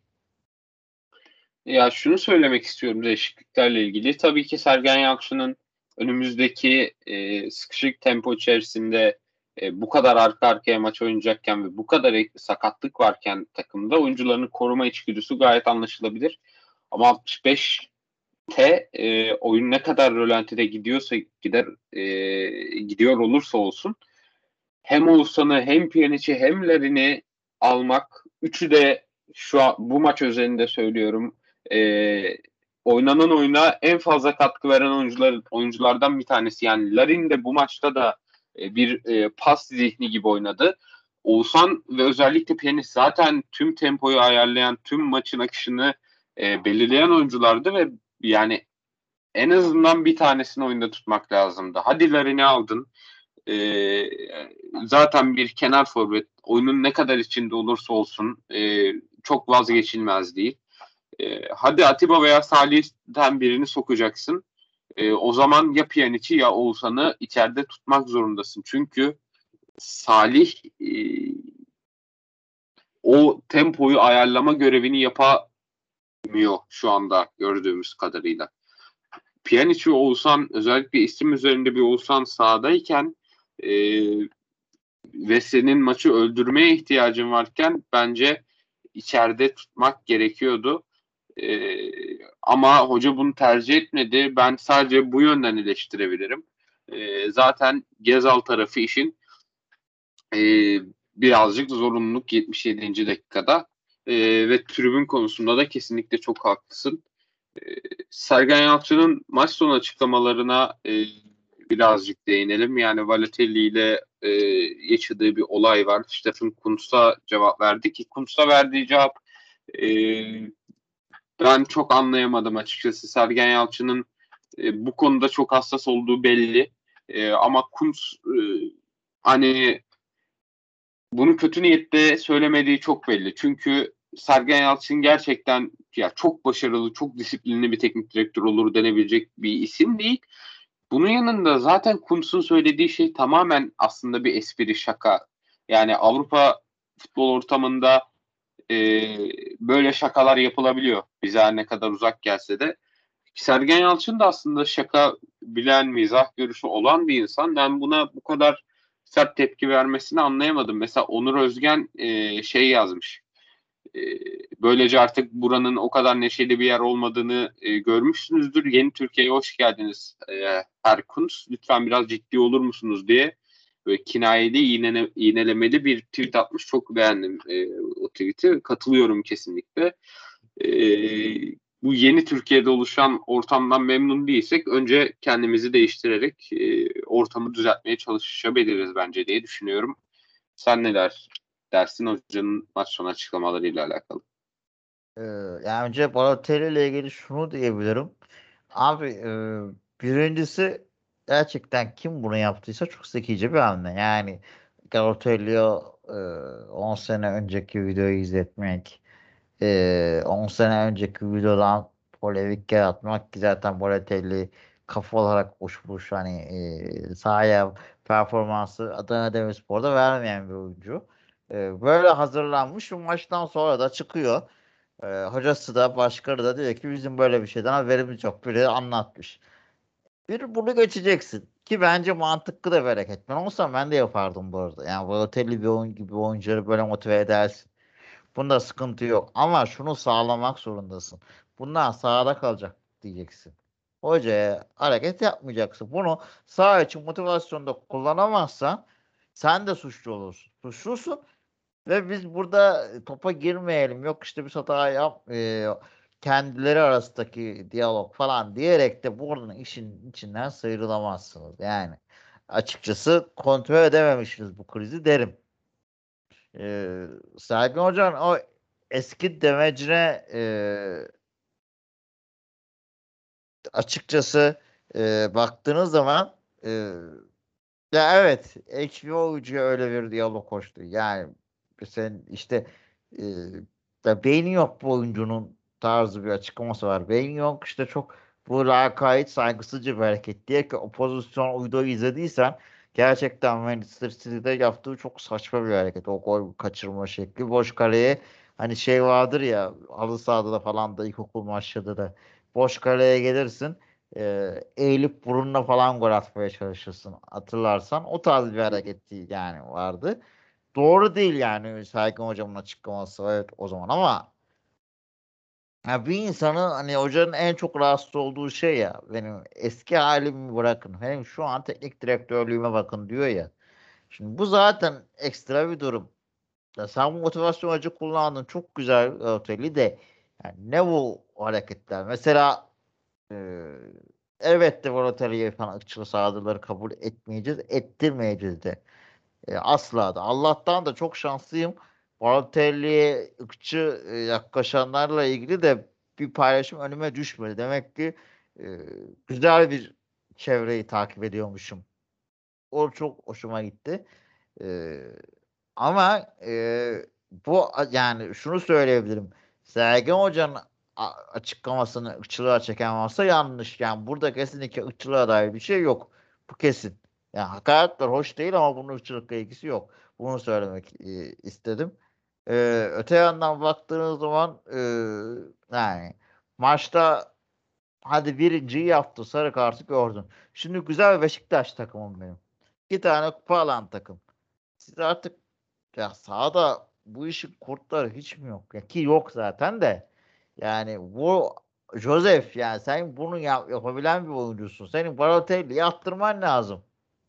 Ya şunu söylemek istiyorum değişikliklerle ilgili. Tabii ki Sergen Yalçın'ın önümüzdeki e, sıkışık tempo içerisinde e, bu kadar arka arkaya maç oynayacakken ve bu kadar ek- sakatlık varken takımda oyuncularının koruma içgüdüsü gayet anlaşılabilir. Ama altmış beş T e, oyun ne kadar rölantide gidiyorsa gider e, gidiyor olursa olsun hem Oğuzhan'ı hem Pjanic'i hem Larin'i almak, üçü de şu an bu maç özelinde söylüyorum, e, oynanan oyuna en fazla katkı veren oyuncular oyunculardan bir tanesi. Yani Larin de bu maçta da e, bir e, pas zihni gibi oynadı. Oğuzhan ve özellikle Pjanic zaten tüm tempoyu ayarlayan, tüm maçın akışını e, belirleyen oyunculardı ve yani en azından bir tanesini oyunda tutmak lazımdı. Hadi Larin'i aldın. Ee, Zaten bir kenar forvet. Oyunun ne kadar içinde olursa olsun e, çok vazgeçilmez değil. E, hadi Atiba veya Salih'ten birini sokacaksın. E, o zaman ya Pjanic'i ya Oğuzhan'ı içeride tutmak zorundasın. Çünkü Salih e, o tempoyu ayarlama görevini yapamıyor şu anda gördüğümüz kadarıyla. Pjanic ve Oğuzhan, özellikle isim üzerinde bir Oğuzhan sahadayken e, ve senin maçı öldürmeye ihtiyacın varken bence içeride tutmak gerekiyordu. Ee, Ama hoca bunu tercih etmedi. Ben sadece bu yönden eleştirebilirim. Ee, zaten Gezal tarafı işin e, birazcık zorunluluk yetmiş yedinci dakikada. Ee, ve tribün konusunda da kesinlikle çok haklısın. Ee, Sergen Yalçın'ın maç sonu açıklamalarına e, birazcık değinelim. Yani Balotelli ile e, yaşadığı bir olay var. Stefan Kuntz'a cevap verdi ki Kuntz'a verdiği cevap e, Ben çok anlayamadım açıkçası. Sergen Yalçın'ın e, bu konuda çok hassas olduğu belli. E, ama Kuntz e, hani bunu kötü niyetle söylemediği çok belli. Çünkü Sergen Yalçın gerçekten ya çok başarılı, çok disiplinli bir teknik direktör olur denebilecek bir isim değil. Bunun yanında zaten Kuntz'un söylediği şey tamamen aslında bir espri, şaka. Yani Avrupa futbol ortamında e, böyle şakalar yapılabiliyor. Bize her ne kadar uzak gelse de. Sergen Yalçın da aslında şaka bilen, mizah görüşü olan bir insan. Ben buna bu kadar sert tepki vermesini anlayamadım. Mesela Onur Özgen e, şey yazmış. E, Böylece artık buranın o kadar neşeli bir yer olmadığını e, görmüşsünüzdür. Yeni Türkiye'ye hoş geldiniz e, Erkuns. Lütfen biraz ciddi olur musunuz diye böyle kinayeli, iğnele, iğnelemeli bir tweet atmış. Çok beğendim e, o tweet'i. Katılıyorum kesinlikle. E, Bu yeni Türkiye'de oluşan ortamdan memnun değilsek önce kendimizi değiştirerek e, ortamı düzeltmeye çalışabiliriz bence diye düşünüyorum. Sen neler dersin hocanın maç sonu açıklamalarıyla alakalı? Ee, Yani önce Balotelli ile ilgili şunu diyebilirim. Abi e, birincisi gerçekten kim bunu yaptıysa çok zekice bir hamle. Yani Balotelli'ye on sene önceki videoyu izletmek, e, on sene önceki videodan polemik yaratmak ki zaten Balotelli kafa olarak uçmuş hani e, sahaya performansı Adana Demirspor'da vermeyen bir oyuncu. E, böyle hazırlanmış bu maçtan sonra da çıkıyor. E, hocası da başkanı da diyor ki bizim böyle bir şeyden haberimiz yok. Biri anlatmış. Bir bunu geçeceksin. Ki bence mantıklı da bir hareket. Ben olsam ben de yapardım bu arada. Yani Balotelli bir oyun gibi oyuncuları böyle motive edersin. Bunda sıkıntı yok. Ama şunu sağlamak zorundasın. Bunlar sahada kalacak diyeceksin. Hocaya hareket yapmayacaksın. Bunu sağ için motivasyonda kullanamazsan sen de suçlu olursun. Suçlusun ve biz burada topa girmeyelim. Yok işte biz hata yap e, kendileri arasındaki diyalog falan diyerek de buradan işin içinden sıyrılamazsınız. Yani açıkçası kontrol edememişsiniz bu krizi derim. Ee, Sergen Hoca'nın o eski demecine e, açıkçası e, baktığınız zaman e, ya evet H B O oyuncuya öyle bir diyalog koştu. Yani sen işte e, ya beyni yok bu oyuncunun tarzı bir açıklaması var. Beyni yok işte çok bu lakayt saygısızca bir hareket diye ki o pozisyon uyduğu izlediysen gerçekten Manchester City'de yaptığı çok saçma bir hareket. O gol kaçırma şekli. Boş kaleye hani şey vardır ya halı sahada da falan da ilkokul maçlarda da boş kaleye gelirsin e, eğilip burunla falan gol atmaya çalışırsın hatırlarsan. O tarz bir hareket değil yani vardı. Doğru değil yani Saygın hocamın açıklaması evet o zaman ama ya bir insanı hani hocanın en çok rahatsız olduğu şey ya benim eski halimi bırakın. Benim şu an teknik direktörlüğüme bakın diyor ya. Şimdi bu zaten ekstra bir durum. Ya sen bu motivasyon aracı kullandın çok güzel oteli de yani ne bu hareketler? Mesela ee, elbette Balotelli'ye falan ırkçılığı saldırıları kabul etmeyeceğiz, ettirmeyeceğiz de. Ee, asla da. Allah'tan da çok şanslıyım. Balotelli'ye ırkçı e, yaklaşanlarla ilgili de bir paylaşım önüme düşmedi. Demek ki e, güzel bir çevreyi takip ediyormuşum. O çok hoşuma gitti. Ee, Ama e, bu yani şunu söyleyebilirim. Sergen Hoca'nın a- açıklamasını ırkçılığa çeken varsa yanlış. Yani burada kesinlikle ırkçılığa dair bir şey yok. Bu kesin. Yani hakaretler hoş değil ama bunun ırkçılıkla ilgisi yok. Bunu söylemek e, istedim. Ee, öte yandan baktığınız zaman e, yani maçta hadi birinciyi yaptı. Sarı kartı gördün. Şimdi güzel bir Beşiktaş takımım benim. İki tane kupa alan takım. Siz artık ya sahada bu işin kurtları hiç mi yok? Ya ki yok zaten de. Yani bu Joseph yani sen bunu yap, yapabilen bir oyuncusun. Senin Balotelli'yi attırman lazım.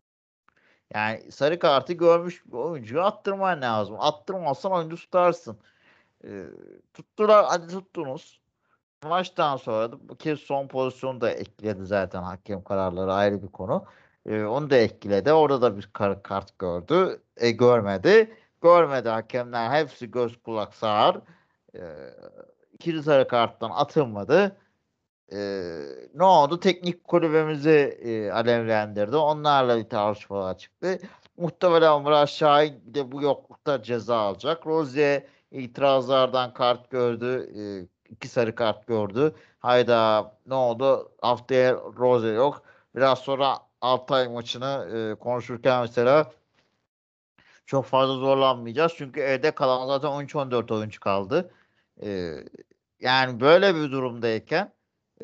Yani sarı kartı görmüş bir oyuncuyu attırman lazım. Attırmazsan oyuncu tutarsın. Ee, Tuttular hadi tuttunuz. Maçtan sonra da bu kez son pozisyonu da ekledi zaten hakem kararları ayrı bir konu. Ee, onu da ekledi. Orada da bir kar- kart gördü. E, görmedi. Görmedi hakemler hepsi göz kulak sağır. Ee, İkinci sarı karttan atılmadı. Ee, ne oldu? Teknik kulübemizi e, alevlendirdi. Onlarla bir tartışmalar çıktı. Muhtemelen Murat Şahin de bu yoklukta ceza alacak. Rozier itirazlardan kart gördü. E, iki sarı kart gördü. Hayda, ne oldu? Haftaya Rozier yok. Biraz sonra Altay maçını e, konuşurken mesela çok fazla zorlanmayacağız. Çünkü evde kalan zaten on üç on dört oyuncu kaldı. Ee, yani böyle bir durumdayken ee,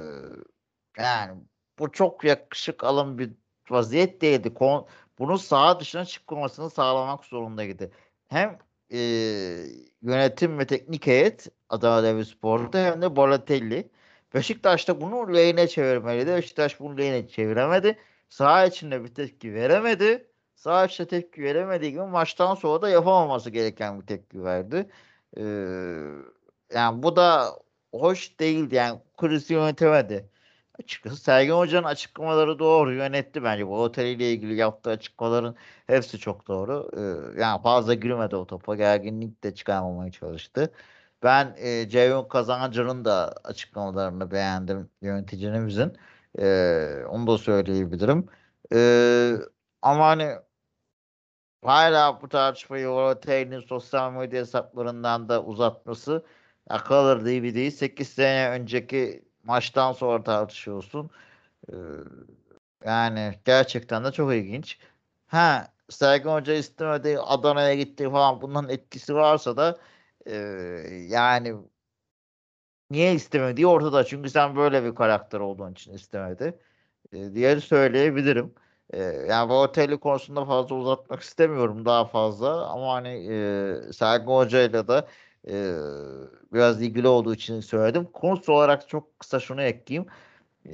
yani bu çok yakışık alın bir vaziyet değildi. Kon, bunun saha dışına çıkmamasını sağlamak zorundaydı. Hem ee, yönetim ve teknik heyet Adana Demirspor'da hem de Balotelli. Beşiktaş da bunu lehine çevirmeliydi. Beşiktaş bunu lehine çeviremedi. Saha içinde bir tepki veremedi. Saha içinde tepki veremediği gibi maçtan sonra da yapamaması gereken bir tepki verdi. Ee, yani bu da hoş değildi. Yani krizi yönetemedi. Açıkçası Sergen Hoca'nın açıklamaları doğru yönetti bence. Bu oteliyle ilgili yaptığı açıklamaların hepsi çok doğru. Ee, yani fazla girmedi o topa. Gerginlik de çıkarmamaya çalıştı. Ben e, Ceyhun Kazancı'nın da açıklamalarını beğendim yöneticimizin. Ee, onu da söyleyebilirim. Ee, ama hani hala bu tartışmayı Balotelli'nin sosyal medya hesaplarından da uzatması akıl alır gibi değil. sekiz sene önceki maçtan sonra tartışıyorsun. Ee, yani gerçekten de çok ilginç. Ha, Sergen Hoca istemedi, Adana'ya gitti falan, bunların etkisi varsa da e, yani niye istemediği ortada. Çünkü sen böyle bir karakter olduğun için istemedi e, diye söyleyebilirim. E, yani bu oteli konusunda fazla uzatmak istemiyorum daha fazla ama hani e, Sergen Hoca'yla da e, biraz ilgili olduğu için söyledim. Konusu olarak çok kısa şunu ekleyeyim. E,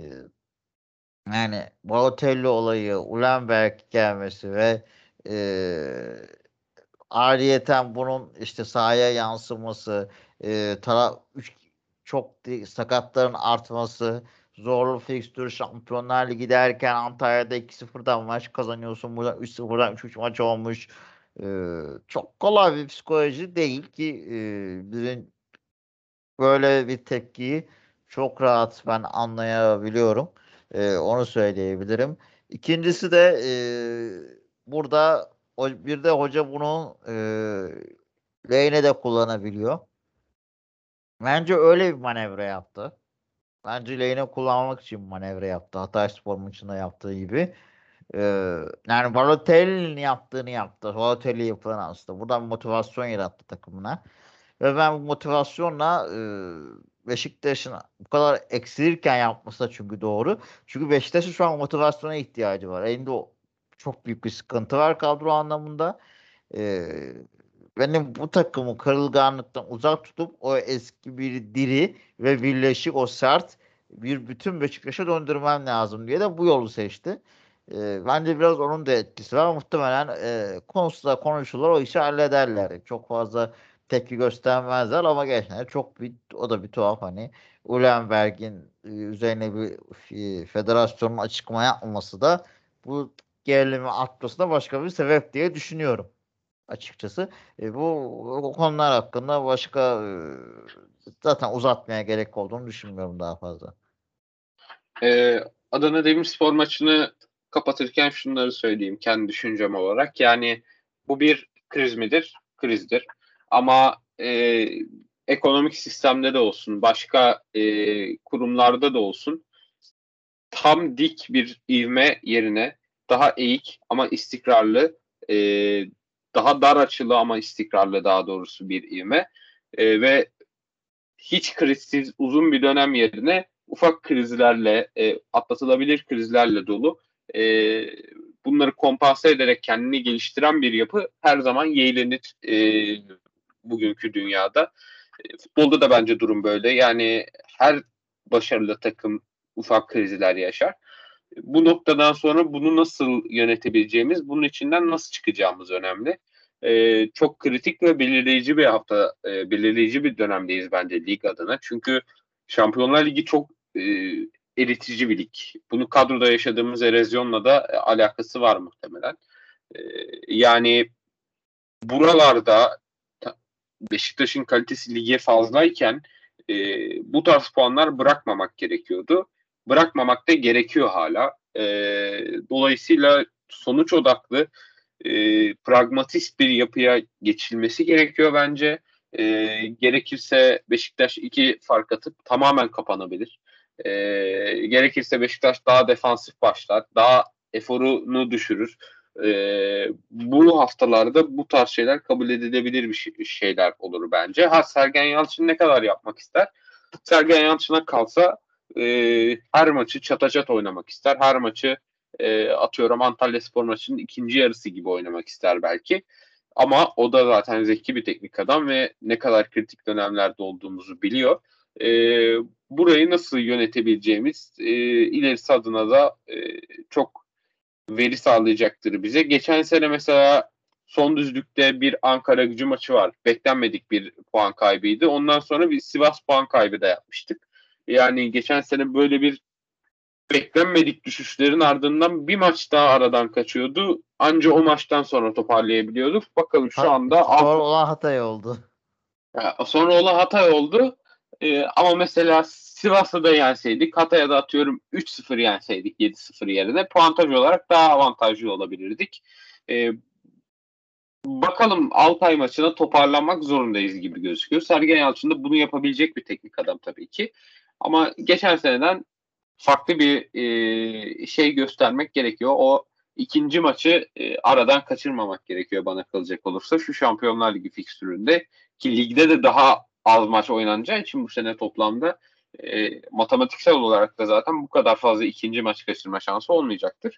yani Balotelli olayı, Ulenberg gelmesi ve e, ayrıyeten bunun işte sahaya yansıması, e, taraf üç, çok di- sakatların artması, zorlu fikstür, Şampiyonlar Ligi derken Antalya'da iki sıfırdan maç kazanıyorsun. Burada üç sıfırdan üç üç maç olmuş. E, çok kolay bir psikoloji değil ki e, bizim böyle bir tepkiyi çok rahat ben anlayabiliyorum. E, onu söyleyebilirim. İkincisi de e, burada o, bir de hoca bunu e, lehine de kullanabiliyor. Bence öyle bir manevra yaptı. Bence lehine kullanmak için manevra yaptı. Hatayspor maçında yaptığı gibi. Ee, yani Balotelli'nin yaptığını yaptı. Balotelli yapılan aslında. Buradan motivasyon yarattı takımına. Ve ben bu motivasyonla e, Beşiktaş'ın bu kadar eksilirken yapması da çünkü doğru. Çünkü Beşiktaş'ın şu an motivasyona ihtiyacı var. Elinde o, çok büyük bir sıkıntı var kadro anlamında. Ee, benim bu takımı kırılganlıktan uzak tutup o eski bir diri ve birleşik o sert bir bütün Beşiktaş'a döndürmem lazım diye de bu yolu seçti. Ee, bence biraz onun da etkisi var. Muhtemelen e, konusunda konuşurlar, o işi hallederler. Çok fazla tepki göstermezler ama gerçekten çok bir, o da bir tuhaf hani Ulenberg'in e, üzerine bir e, federasyonun açıklama yapmaması da bu gerilimi artmasına başka bir sebep diye düşünüyorum açıkçası. E, bu o konular hakkında başka e, zaten uzatmaya gerek olduğunu düşünmüyorum daha fazla. Ee, Adana Demirspor maçını kapatırken şunları söyleyeyim kendi düşüncem olarak. Yani bu bir kriz midir? Krizdir. Ama e, ekonomik sistemde de olsun, başka e, kurumlarda da olsun tam dik bir ivme yerine daha eğik ama istikrarlı, e, daha dar açılı ama istikrarlı daha doğrusu bir ivme e, ve hiç krizsiz uzun bir dönem yerine ufak krizlerle, e, atlatılabilir krizlerle dolu e, bunları kompanse ederek kendini geliştiren bir yapı her zaman yeğlenir e, bugünkü dünyada. E, futbolda da bence durum böyle. Yani her başarılı takım ufak krizler yaşar. Bu noktadan sonra bunu nasıl yönetebileceğimiz, bunun içinden nasıl çıkacağımız önemli. Ee, çok kritik ve belirleyici bir hafta, e, belirleyici bir dönemdeyiz bence lig adına. Çünkü Şampiyonlar Ligi çok e, eritici bir lig. Bunu kadroda yaşadığımız erozyonla da e, alakası var muhtemelen. E, yani buralarda Beşiktaş'ın kalitesi lige fazlayken e, bu tarz puanlar bırakmamak gerekiyordu. Bırakmamak da gerekiyor hala. E, dolayısıyla sonuç odaklı, e, pragmatist bir yapıya geçilmesi gerekiyor bence. E, gerekirse Beşiktaş iki fark atıp tamamen kapanabilir. E, gerekirse Beşiktaş daha defansif başlar, daha eforunu düşürür. E, bu haftalarda bu tarz şeyler kabul edilebilir bir şey, şeyler olur bence. Ha, Sergen Yalçın ne kadar yapmak ister? Sergen Yalçın'a kalsa e, her maçı çataçat oynamak ister. Her maçı e, atıyorum Antalyaspor maçının ikinci yarısı gibi oynamak ister belki. Ama o da zaten zeki bir teknik adam ve ne kadar kritik dönemlerde olduğumuzu biliyor. E, burayı nasıl yönetebileceğimiz e, ilerisi adına da e, çok veri sağlayacaktır bize. Geçen sene mesela son düzlükte bir Ankara Gücü maçı var. Beklenmedik bir puan kaybıydı. Ondan sonra bir Sivas puan kaybı da yapmıştık. Yani geçen sene böyle bir beklenmedik düşüşlerin ardından bir maç daha aradan kaçıyordu. Anca o maçtan sonra toparlayabiliyorduk. Bakalım şu Ha, anda sonra alt, olan Hatay oldu. sonra olan Hatay oldu. Ee, ama mesela Sivas'ta da yenseydik, Hatay'a da atıyorum üç sıfır yenseydik yedi sıfır yerine puantaj olarak daha avantajlı olabilirdik. Ee, bakalım Altay maçına toparlanmak zorundayız gibi gözüküyor. Sergen Yalçın da bunu yapabilecek bir teknik adam tabii ki. Ama geçen seneden farklı bir e, şey göstermek gerekiyor. O ikinci maçı e, aradan kaçırmamak gerekiyor bana kalacak olursa. Şu Şampiyonlar Ligi fikstüründe ki ligde de daha az maç oynanacağı için bu sene toplamda e, matematiksel olarak da zaten bu kadar fazla ikinci maç kaçırma şansı olmayacaktır.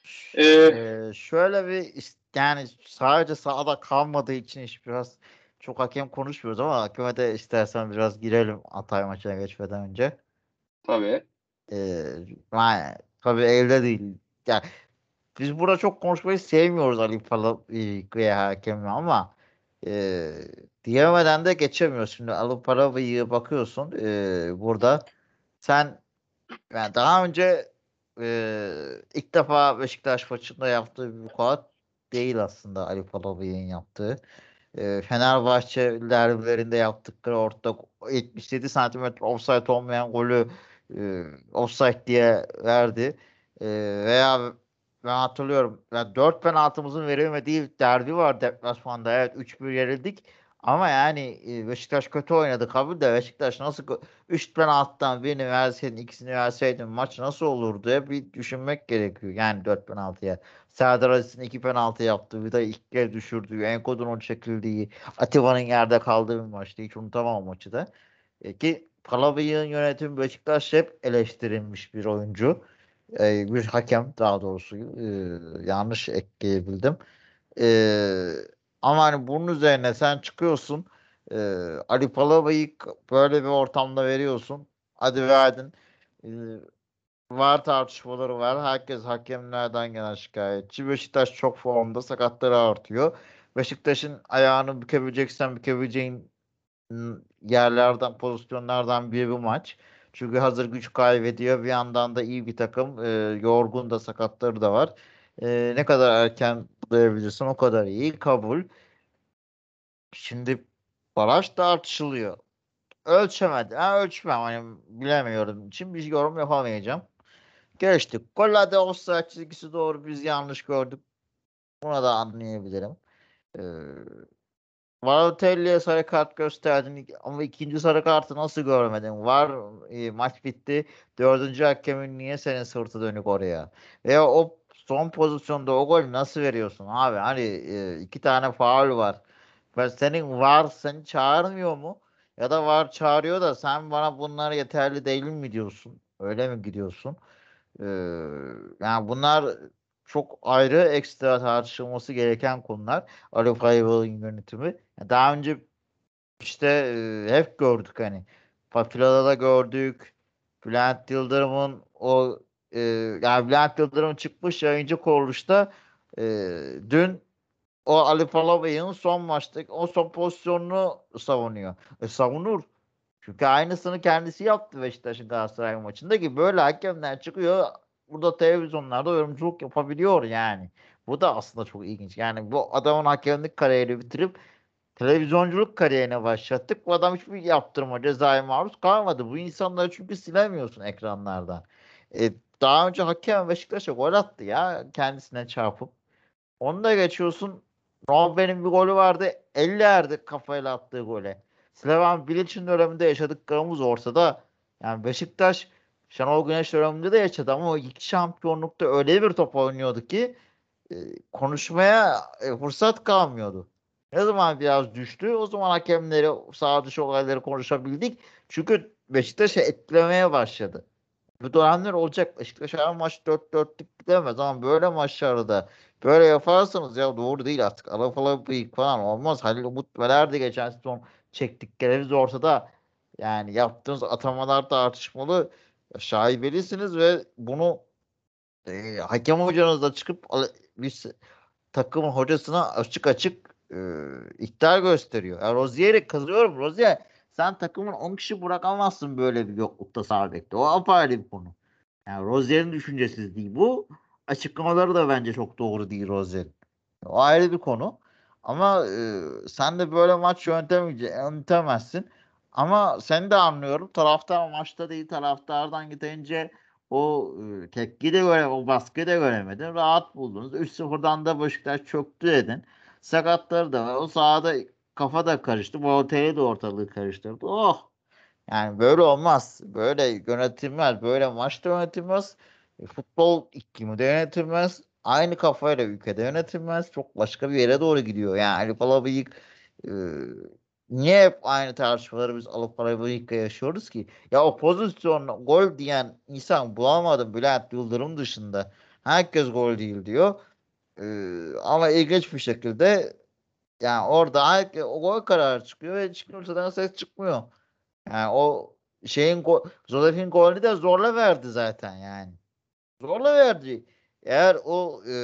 E, Ee, şöyle bir is- yani sadece sahada kalmadığı için iş biraz çok hakem konuşmuyoruz ama hakeme de istersen biraz girelim Hatay maçına geçmeden önce. tabii. Ee, yani, tabii elde değil. Yani biz burada çok konuşmayı sevmiyoruz Ali Palabıyık'ı hakemi ama e, diyemeden de geçemiyoruz. Şimdi Ali Palabıyık'a bakıyorsun e, burada sen yani daha önce e, ilk defa Beşiktaş maçında yaptığı bir vukuat değil aslında Ali Palabıyık'ın yaptığı. E, Fenerbahçe derbilerinde yaptıkları ortada yetmiş yedi santimetre offside olmayan golü e, offside diye verdi. E, veya ben hatırlıyorum. Yani dört penaltımızın verilmediği derbi var deplasmanda. Evet üç bir yenildik. Ama yani e, Beşiktaş kötü oynadı kabul de Beşiktaş nasıl üç penaltıdan birini verseydin ikisini verseydin maç nasıl olurdu diye bir düşünmek gerekiyor. Yani dört penaltıya. Serdar Aziz'in iki penaltı yaptığı bir de ilk kez düşürdüğü, Enkodu'nun çekildiği, Atiba'nın yerde kaldığı bir maçtı. Hiç unutamam o maçı da. E, ki Palabıyık'ın yönetimi Beşiktaş hep eleştirilmiş bir oyuncu. E, bir hakem daha doğrusu. E, yanlış ekleyebildim. E, ama hani bunun üzerine sen çıkıyorsun. E, Ali Palabıyık böyle bir ortamda veriyorsun. Hadi verdin. E, var tartışmaları var. Herkes hakemlerden gelen şikayetçi. Beşiktaş çok formda, sakatları artıyor. Beşiktaş'ın ayağını bükebileceksen bükebileceğin ım, yerlerden, pozisyonlardan biri bu maç. Çünkü hazır güç kaybediyor. Bir yandan da iyi bir takım. E, yorgun da sakatları da var. E, ne kadar erken duyabilirsin o kadar iyi. Kabul. Şimdi baraj tartışılıyor. Ölçemedi. Ha, ölçmem. Hani bilemiyorum. için bir yorum yapamayacağım. Geçtik. Gollerde offside çizgisi doğru biz yanlış gördük. Buna da anlayabilirim. Ee, Balotelli'ye sarı kart gösterdin ama ikinci sarı kartı nasıl görmedin? Var e, maç bitti. Dördüncü hakemin niye senin sırtı dönük oraya? Veya o son pozisyonda o gol nasıl veriyorsun abi? Hani e, iki tane faul var. Ben senin var seni çağırmıyor mu? Ya da var çağırıyor da sen bana bunlar yeterli değil mi diyorsun? Öyle mi gidiyorsun? Ee, yani bunlar çok ayrı ekstra tartışılması gereken konular. Ali Kayyıbal'ın yönetimi. Yani daha önce işte e, hep gördük hani. Papila'da da gördük. Bülent Yıldırım'ın o e, yani Bülent Yıldırım çıkmış yayıncı kuruluşta e, dün o Ali Palabey'in son maçtaki o son pozisyonunu savunuyor. E, savunur. Çünkü aynısını kendisi yaptı Beşiktaş'ın Galatasaray maçında ki böyle hakemler çıkıyor burada televizyonlarda yorumculuk yapabiliyor yani. Bu da aslında çok ilginç. Yani bu adamın hakemlik kariyerini bitirip televizyonculuk kariyerine başlattık. Bu adam hiçbir yaptırıma, cezaya maruz kalmadı. Bu insanları çünkü silemiyorsun ekranlardan. E, Daha önce hakem Beşiktaş'a gol attı ya kendisine çarpıp. Onu da geçiyorsun. Robben'in bir golü vardı. elli erdi kafayla attığı gole. Slaven Bilic'in döneminde yaşadıklarımız ortada. Yani Beşiktaş Şenol Güneş döneminde de yaşadı ama o iki şampiyonlukta öyle bir top oynuyordu ki e, konuşmaya e, fırsat kalmıyordu. Ne zaman biraz düştü o zaman hakemleri sağ dışı olayları konuşabildik. Çünkü Beşiktaş'ı etkilemeye başladı. Bu dönemler olacak. Beşiktaş her maç dört dörtlük gidemez ama böyle maçlarda böyle yaparsanız ya doğru değil artık. Alafala bıyık falan olmaz. Halil Umut verdi geçen sezon çektiklerimiz ortada. Yani yaptığınız atamalar tartışmalı. Şaibelisiniz ve bunu e, hakem hocanız da çıkıp bir takımın hocasına açık açık e, ihtar gösteriyor. Yani Rozier'e kızıyorum. Rozier sen takımın on kişi bırakamazsın böyle bir yoklukta sağ bekte. O apayrı bir konu. Yani Rozier'in düşüncesizliği bu. Açıklamaları da bence çok doğru değil Rozier'in. O ayrı bir konu. Ama e, sen de böyle maç yönetemeyece- yönetemezsin. Ama seni de anlıyorum. Taraftar maçta değil taraftardan gidince o e, tepkiyi de göre, o baskıyı da göremedin. Rahat buldunuz. üç sıfırdan da Beşiktaş çöktü dedin. Sakatları da var. O sahada kafa da karıştı. Balotelli de ortalığı karıştırdı. Oh! Yani böyle olmaz. Böyle yönetilmez. Böyle maçta yönetilmez. E, futbol iklimi de yönetilmez. Aynı kafayla ülkede yönetilmez. Çok başka bir yere doğru gidiyor. Yani Ali Palabıyık e, niye hep aynı tartışmaları biz Ali Palabıyık'la yaşıyoruz ki? Ya o pozisyonla gol diyen insan bulamadım Bülent Yıldırım dışında. Herkes gol değil diyor. E, Ama ilginç bir şekilde yani orada herkes, o gol kararı çıkıyor ve hiç kimseden ses çıkmıyor. Yani o şeyin go Zolef'in golünü de zorla verdi zaten yani. Zorla verdi. Eğer o e,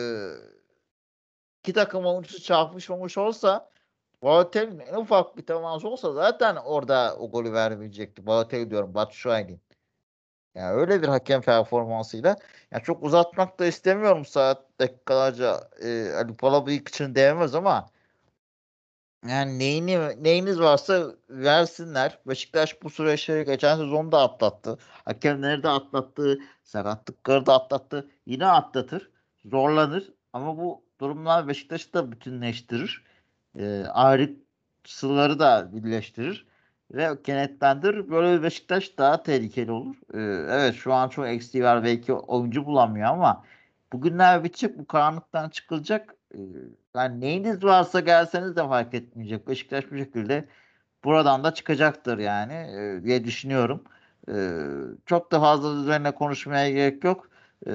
iki takım oyuncusu çarpmış olmuş olsa Balotelli'nin en ufak bir teması olsa zaten orada o golü vermeyecekti. Balotelli diyorum Batshuayi. Yani öyle bir hakem performansıyla yani çok uzatmak da istemiyorum saat dakikalarca e, Ali Palabıyık için değmez ama yani neyini, neyiniz varsa versinler. Beşiktaş bu süreçleri geçen sezon da atlattı. Hakemleri de atlattı. Sakatlıkları da atlattı. Yine atlatır. Zorlanır. Ama bu durumlar Beşiktaş'ı da bütünleştirir. Ee, ayrıntıları da birleştirir. Ve kenetlendirir. Böyle bir Beşiktaş daha tehlikeli olur. Ee, evet şu an çok eksiği var. Belki oyuncu bulamıyor ama bugünler bitecek. Bu karanlıktan çıkılacak. Ee, Yani neyiniz varsa gelseniz de fark etmeyecek. Beşiktaş bu şekilde buradan da çıkacaktır yani e, diye düşünüyorum. E, Çok da fazla üzerine konuşmaya gerek yok. E,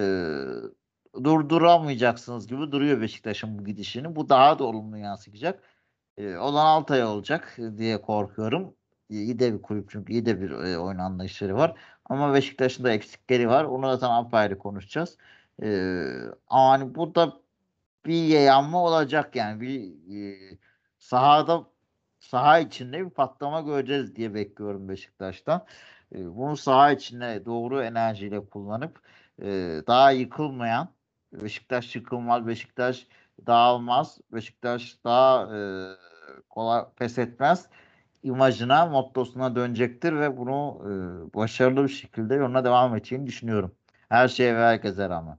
Durduramayacaksınız gibi duruyor Beşiktaş'ın bu gidişini. Bu daha da olumlu yansıyacak. E, olan Altay olacak diye korkuyorum. İyi de bir kulüp çünkü iyi de bir e, oyun anlayışları var. Ama Beşiktaş'ın da eksikleri var. Onu da zaten apayrı konuşacağız. E, Ama hani bu da bir yanma olacak yani bir e, sahada saha içinde bir patlama göreceğiz diye bekliyorum Beşiktaş'tan. E, bunu saha içinde doğru enerjiyle kullanıp e, daha yıkılmayan Beşiktaş yıkılmaz, Beşiktaş dağılmaz, Beşiktaş daha e, kolay pes etmez imajına, mottosuna dönecektir ve bunu e, başarılı bir şekilde yoluna devam edeceğini düşünüyorum. Her şeye ve herkese rağmen.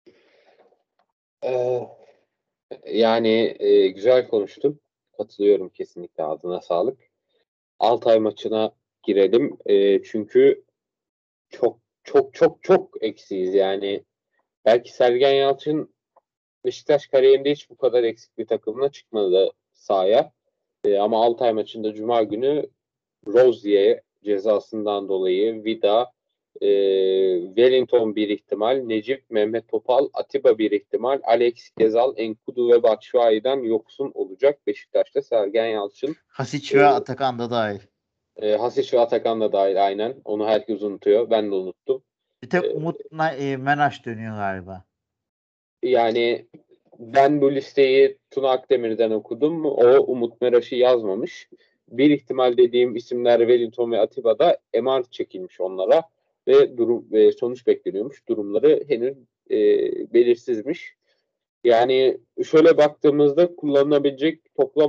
Ee, Yani e, güzel konuştun. Katılıyorum kesinlikle. Ağzına sağlık. Altay maçına girelim. E, çünkü çok çok çok çok eksiyiz. Yani belki Sergen Yalçın Beşiktaş kariyerinde hiç bu kadar eksik bir takımla çıkmadı sahaya. E, ama Altay maçında Cuma günü Rozier cezasından dolayı Vida, e, Wellington bir ihtimal, Necip, Mehmet Topal, Atiba bir ihtimal, Alex Gezal, Enkudu ve Batshuayi'den yoksun olacak Beşiktaş'ta Sergen Yalçın. Hasic ve E, Atakan da dahil. e, Hasic ve Atakan da dahil aynen. Onu herkes unutuyor. Ben de unuttum. Bir E, tek Umut Na- e, Menaş dönüyor galiba. Yani ben bu listeyi Tuna Akdemir'den okudum. O Umut Meraş'ı yazmamış. Bir ihtimal dediğim isimler Wellington ve Atiba'da M R çekilmiş onlara ve durum ve sonuç bekleniyormuş. Durumları henüz e, belirsizmiş. Yani şöyle baktığımızda kullanılabilecek toplam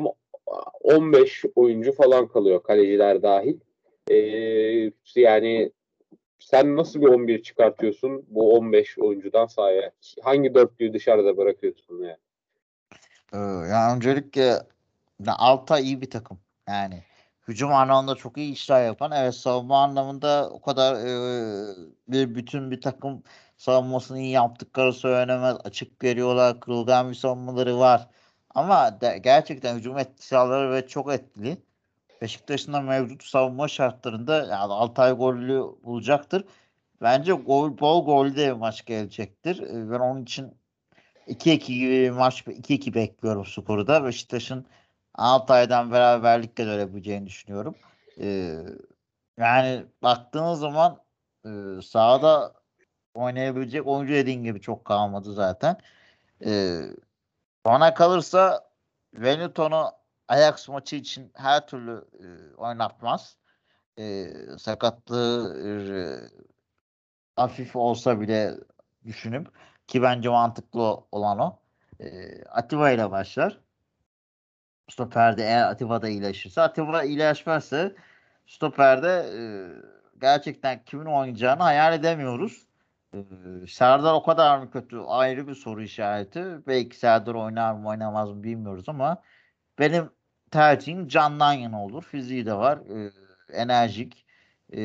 on beş oyuncu falan kalıyor, kaleciler dahil. E, yani sen nasıl bir on bir çıkartıyorsun bu on beş oyuncudan sahaya? Hangi dörtlüyü dışarıda bırakıyorsun yani? Ee, yani öncelikle ya Altay iyi bir takım. Yani hücum anlamında çok iyi işler yapan, evet, savunma anlamında o kadar e, bir bütün bir takım savunmasını iyi yaptıkları söylenemez. Açık veriyorlar, kırılgan bir savunmaları var. Ama de, gerçekten hücum etkisileri ve çok etkili. Beşiktaş'ın da mevcut savunma şartlarında yani Altay golü bulacaktır. Bence gol, bol gollü de bir maç gelecektir. Ee, Ben onun için iki iki gibi bir maç, iki iki bekliyorum skoru da. Beşiktaş'ın Altay'dan beraberlikle dönebileceğini düşünüyorum. Ee, yani baktığınız zaman e, sahada oynayabilecek oyuncu dediğin gibi çok kalmadı zaten. Ee, bana kalırsa Wellington'u Ajax maçı için her türlü e, oynatmaz. Ee, sakatlığı e, hafif olsa bile düşünüp ki bence mantıklı olan o. E, Atiba ile başlar. Stoper'de eğer Atiba da iyileşirse, Atiba iyileşmezse stoperde e, gerçekten kimin oynayacağını hayal edemiyoruz. E, Serdar o kadar mı kötü? Ayrı bir soru işareti. Belki Serdar oynar mı oynamaz mı bilmiyoruz ama benim tercihim Can'dan yana olur. Fiziği de var. E, enerjik. E,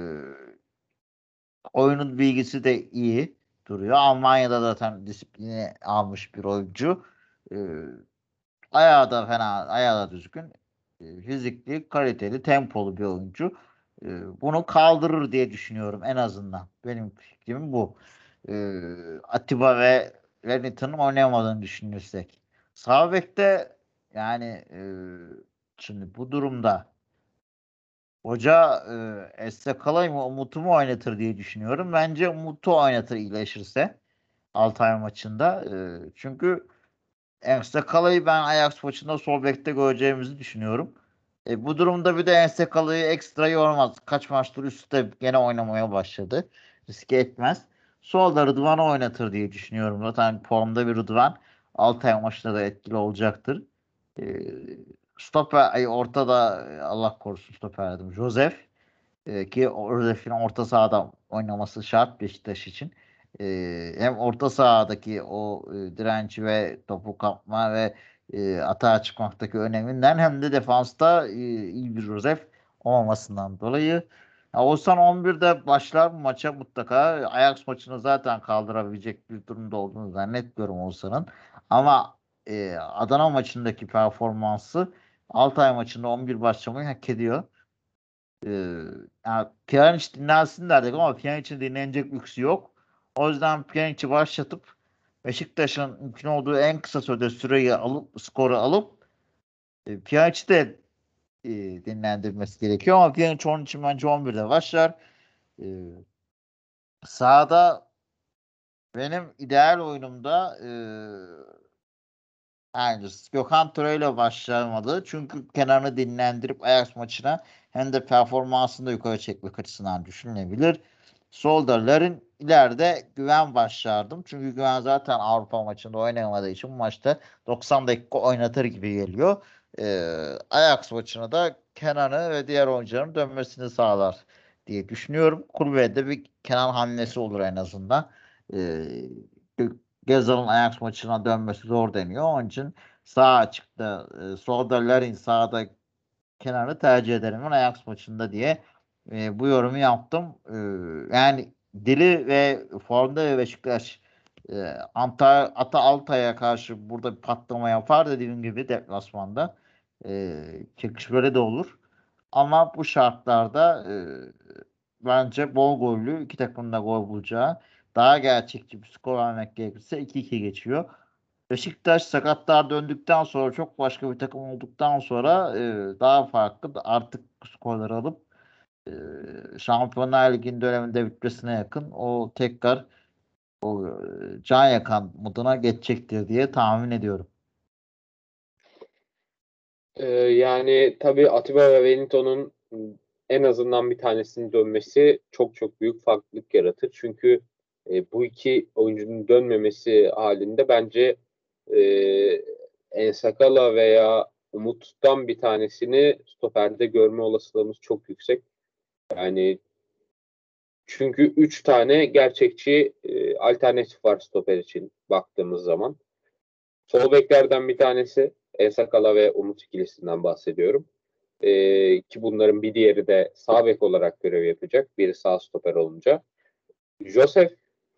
oyunun bilgisi de iyi duruyor. Almanya'da zaten disiplini almış bir oyuncu. E, ayağı da fena, ayağı da düzgün. E, fizikli, kaliteli, tempolu bir oyuncu. E, bunu kaldırır diye düşünüyorum en azından. Benim fikrim bu. E, Atiba ve Wellington'un oynayamadığını düşünürsek. Sağ bekte yani e, şimdi bu durumda hoca e, Estekala'yı mı Umut'u mu oynatır diye düşünüyorum. Bence Umut'u oynatır iyileşirse Altay maçında. E, çünkü Estekala'yı ben Ajax maçında sol bekte göreceğimizi düşünüyorum. E, bu durumda bir de Estekala'yı ekstra yormaz. Kaç maçtır üstte gene oynamaya başladı. Riske etmez. Solda Rıdvan'ı oynatır diye düşünüyorum. Zaten formda bir Rıdvan Altay maçında da etkili olacaktır. E, stoper, ay, ortada e, Allah korusun stoper dedim. Josef e, ki Josef'in orta sahada oynaması şart Beşiktaş için. E, hem orta sahadaki o e, direnci ve topu kapma ve e, atağa çıkmaktaki öneminden hem de defansta e, iyi bir Josef olmamasından dolayı. Ya, Oğuzhan on birde başlar bu maça mutlaka. Ajax maçını zaten kaldırabilecek bir durumda olduğunu zannetmiyorum Oğuzhan'ın. Ama e, Adana maçındaki performansı Altay maçında on bir başlamayı hak ediyor. Ee, yani Pjanic dinlensin derdik ama Pjanic'in dinlenecek lüksü yok. O yüzden Pjanic'i başlatıp Beşiktaş'ın mümkün olduğu en kısa sürede süreyi alıp skoru alıp e, Pjanic'i de e, dinlendirmesi gerekiyor ama Pjanic onun için bence on birde başlar. E, sahada benim ideal oyunumda e, yani Gökhan Töre ile başlamalı. Çünkü kenarını dinlendirip Ajax maçına hem de performansını da yukarı çekmek açısından düşünülebilir. Solda Larin, ileride Güven başlardım. Çünkü Güven zaten Avrupa maçında oynayamadığı için bu maçta doksan dakika oynatır gibi geliyor. Ee, Ajax maçına da Kenan'ı ve diğer oyuncuların dönmesini sağlar diye düşünüyorum. Kulübede bir Kenan hamlesi olur en azından. Ee, Gezal'ın Ajax maçına dönmesi zor deniyor. Onun için sağ açıkta e, solda Larin, sağda kenarı tercih ederim ben Ajax maçında diye e, bu yorumu yaptım. E, yani dili ve formda ve Beşiktaş e, Anta, Ata Altay'a karşı burada bir patlama yapar dediğim gibi deplasmanda. E, çekiş böyle de olur. Ama bu şartlarda e, bence bol gollü iki takımın da gol bulacağı daha gerçekçi bir skor vermek gerekirse iki iki geçiyor. Beşiktaş sakatlar döndükten sonra çok başka bir takım olduktan sonra e, daha farklı artık skorları alıp e, Şampiyonlar Ligi'nin döneminde bitmesine yakın o tekrar o e, can yakan moduna geçecektir diye tahmin ediyorum. Ee, yani tabii Atiba ve Wellington'un en azından bir tanesinin dönmesi çok çok büyük farklılık yaratır. Çünkü e, bu iki oyuncunun dönmemesi halinde bence e, Ensakala veya Umut'tan bir tanesini stoperde görme olasılığımız çok yüksek. Yani çünkü üç tane gerçekçi e, alternatif var stoper için baktığımız zaman. Sol beklerden bir tanesi Ensakala ve Umut ikilisinden bahsediyorum. E, ki bunların bir diğeri de sağ bek olarak görev yapacak. Biri sağ stoper olunca. Joseph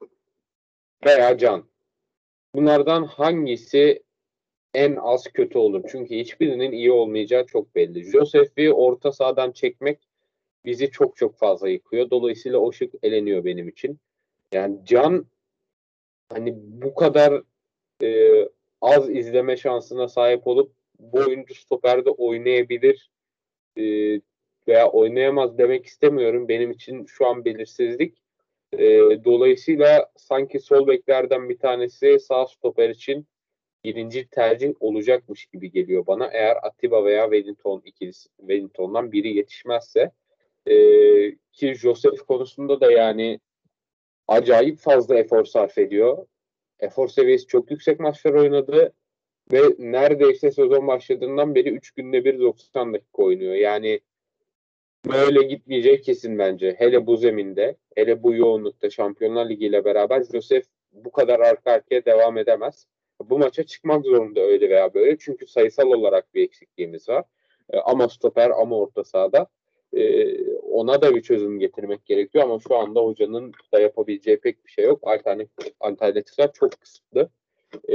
veya Can. Bunlardan hangisi en az kötü olur? Çünkü hiçbirinin iyi olmayacağı çok belli. Joseph'i orta sahadan çekmek bizi çok çok fazla yıkıyor. Dolayısıyla o şık eleniyor benim için. Yani Can hani bu kadar e, az izleme şansına sahip olup bu oyuncu stoperde oynayabilir e, veya oynayamaz demek istemiyorum. Benim için şu an belirsizlik. E, dolayısıyla sanki sol beklerden bir tanesi sağ stoper için birinci tercih olacakmış gibi geliyor bana. Eğer Atiba veya Wellington ikilisi, Wellington'dan biri yetişmezse e, ki Joseph konusunda da yani acayip fazla efor sarf ediyor. Efor seviyesi çok yüksek maçlar oynadı ve neredeyse sezon başladığından beri üç günde bir doksan dakika oynuyor. Yani böyle gitmeyecek kesin bence. Hele bu zeminde, hele bu yoğunlukta Şampiyonlar Ligi ile beraber Joseph bu kadar arka arkaya devam edemez. Bu maça çıkmak zorunda öyle veya böyle. Çünkü sayısal olarak bir eksikliğimiz var. E, ama stoper ama orta sahada. E, ona da bir çözüm getirmek gerekiyor ama şu anda hocanın da yapabileceği pek bir şey yok. Alternatif, alternatifler çok kısıtlı. E,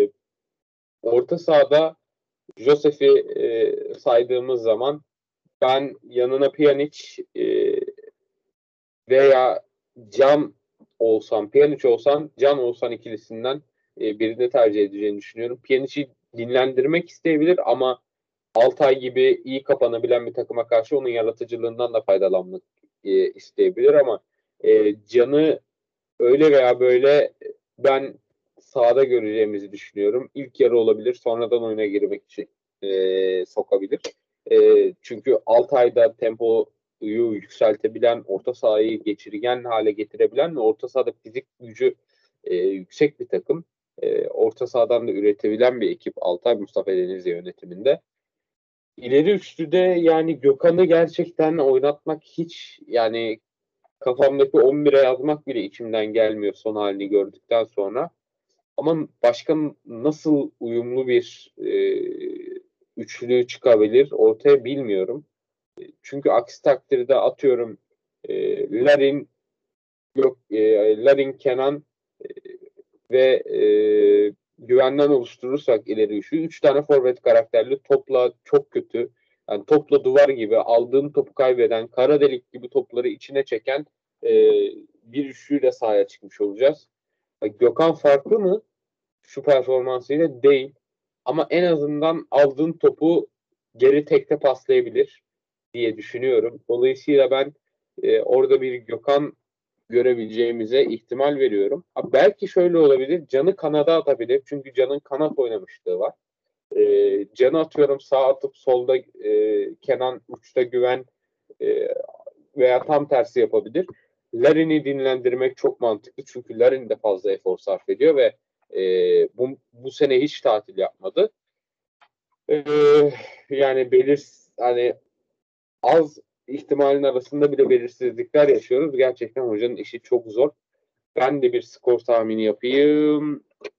orta sahada Joseph'i e, saydığımız zaman ben yanına Pjanic e, veya Can olsam, Pjanic olsan, Can olsan ikilisinden e, birini tercih edeceğini düşünüyorum. Pjanic'i dinlendirmek isteyebilir ama Altay gibi iyi kapanabilen bir takıma karşı onun yaratıcılığından da faydalanmak e, isteyebilir ama e, Can'ı öyle veya böyle ben sahada göreceğimizi düşünüyorum. İlk yarı olabilir, sonradan oyuna girmek için e, sokabilir. E, çünkü Altay'da tempoyu yükseltebilen, orta sahayı geçirgen hale getirebilen ve orta sahada fizik gücü e, yüksek bir takım. E, orta sahadan da üretebilen bir ekip Altay Mustafa Denizli yönetiminde. İleri üçlüde yani Gökhan'ı gerçekten oynatmak hiç yani kafamdaki on bire yazmak bile içimden gelmiyor son halini gördükten sonra. Ama başka nasıl uyumlu bir e, üçlü çıkabilir ortaya bilmiyorum. Çünkü aksi takdirde atıyorum e, Larin yok e, Larin Kenan e, ve e, güvenden oluşturursak ileri üçlü üç tane forvet karakterli topla çok kötü. Yani topla duvar gibi aldığın topu kaybeden, kara delik gibi topları içine çeken e, bir üçlüyle sahaya çıkmış olacağız. Gökhan farklı mı? Şu performansıyla değil. Ama en azından aldığın topu geri tekte paslayabilir diye düşünüyorum. Dolayısıyla ben e, orada bir Gökhan görebileceğimize ihtimal veriyorum. Ha, belki şöyle olabilir. Can'ı kanada atabilir. Çünkü Can'ın kanat oynamışlığı var. E, Can'ı atıyorum sağ atıp solda e, Kenan uçta güven e, veya tam tersi yapabilir. Larin'i dinlendirmek çok mantıklı. Çünkü Larin de fazla efor sarf ediyor ve e, bu, bu sene hiç tatil yapmadı. E, yani belir hani az ihtimalin arasında bile belirsizlikler yaşıyoruz. Gerçekten hocanın işi çok zor. Ben de bir skor tahmini yapayım.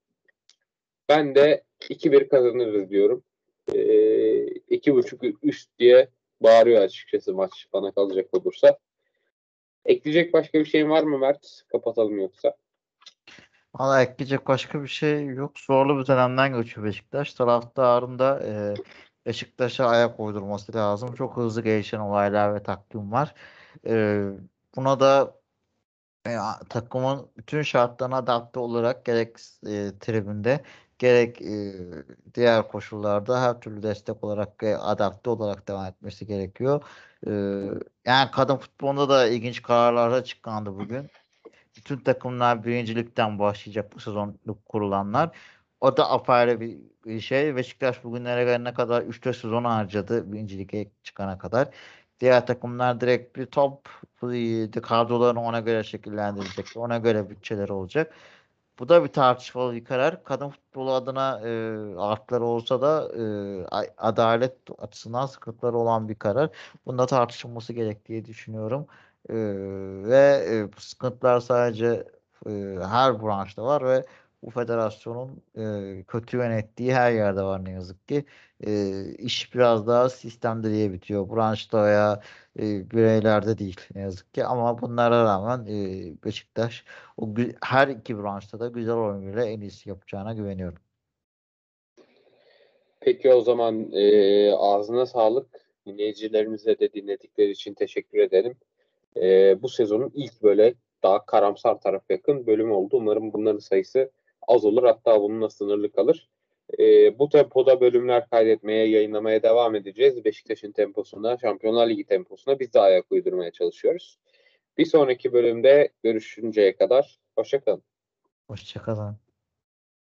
Ben de iki bir kazanırız diyorum. Ee, iki buçuk üst diye bağırıyor açıkçası maç bana kalacak olursa. Ekleyecek başka bir şeyin var mı Mert? Kapatalım yoksa. Valla ekleyecek başka bir şey yok. Zorlu bir dönemden geçiyor Beşiktaş. Taraftarın da e, Beşiktaş'a ayak uydurması lazım. Çok hızlı gelişen olaylar ve takvim var. E, buna da e, takımın bütün şartlarına adapte olarak gerek e, tribünde gerek e, diğer koşullarda her türlü destek olarak e, adapte olarak devam etmesi gerekiyor. E, yani kadın futbolunda da ilginç kararlar açıklandı bugün. Bütün takımlar birincilikten başlayacak bu sezon kurulanlar. O da apayrı bir bir şey. Beşiktaş bugünlere gelene kadar üç dört sezon harcadı birinciliğe çıkana kadar. Diğer takımlar direkt bir top e, kadrolarını ona göre şekillendirecek. Ona göre bütçeleri olacak. Bu da bir tartışmalı bir karar. Kadın futbolu adına e, artları olsa da e, a- adalet açısından sıkıntıları olan bir karar. Bunda tartışılması gerektiği düşünüyorum. E, ve e, bu sıkıntılar sadece e, her branşta var ve bu federasyonun e, kötü yönettiği her yerde var ne yazık ki. E, iş biraz daha sistemde diye bitiyor. Branşta veya e, bireylerde değil ne yazık ki. Ama bunlara rağmen e, Beşiktaş o gü- her iki branşta da güzel oyunuyla en iyisi yapacağına güveniyorum. Peki o zaman e, ağzına sağlık. Dinleyicilerimize de dinledikleri için teşekkür ederim. E, bu sezonun ilk böyle daha karamsar taraf yakın bölümü oldu. Umarım bunların sayısı az olur. Hatta bununla sınırlı kalır. E, bu tempoda bölümler kaydetmeye, yayınlamaya devam edeceğiz. Beşiktaş'ın temposuna, Şampiyonlar Ligi temposuna biz de ayak uydurmaya çalışıyoruz. Bir sonraki bölümde görüşünceye kadar hoşça kalın. Hoşça kalın.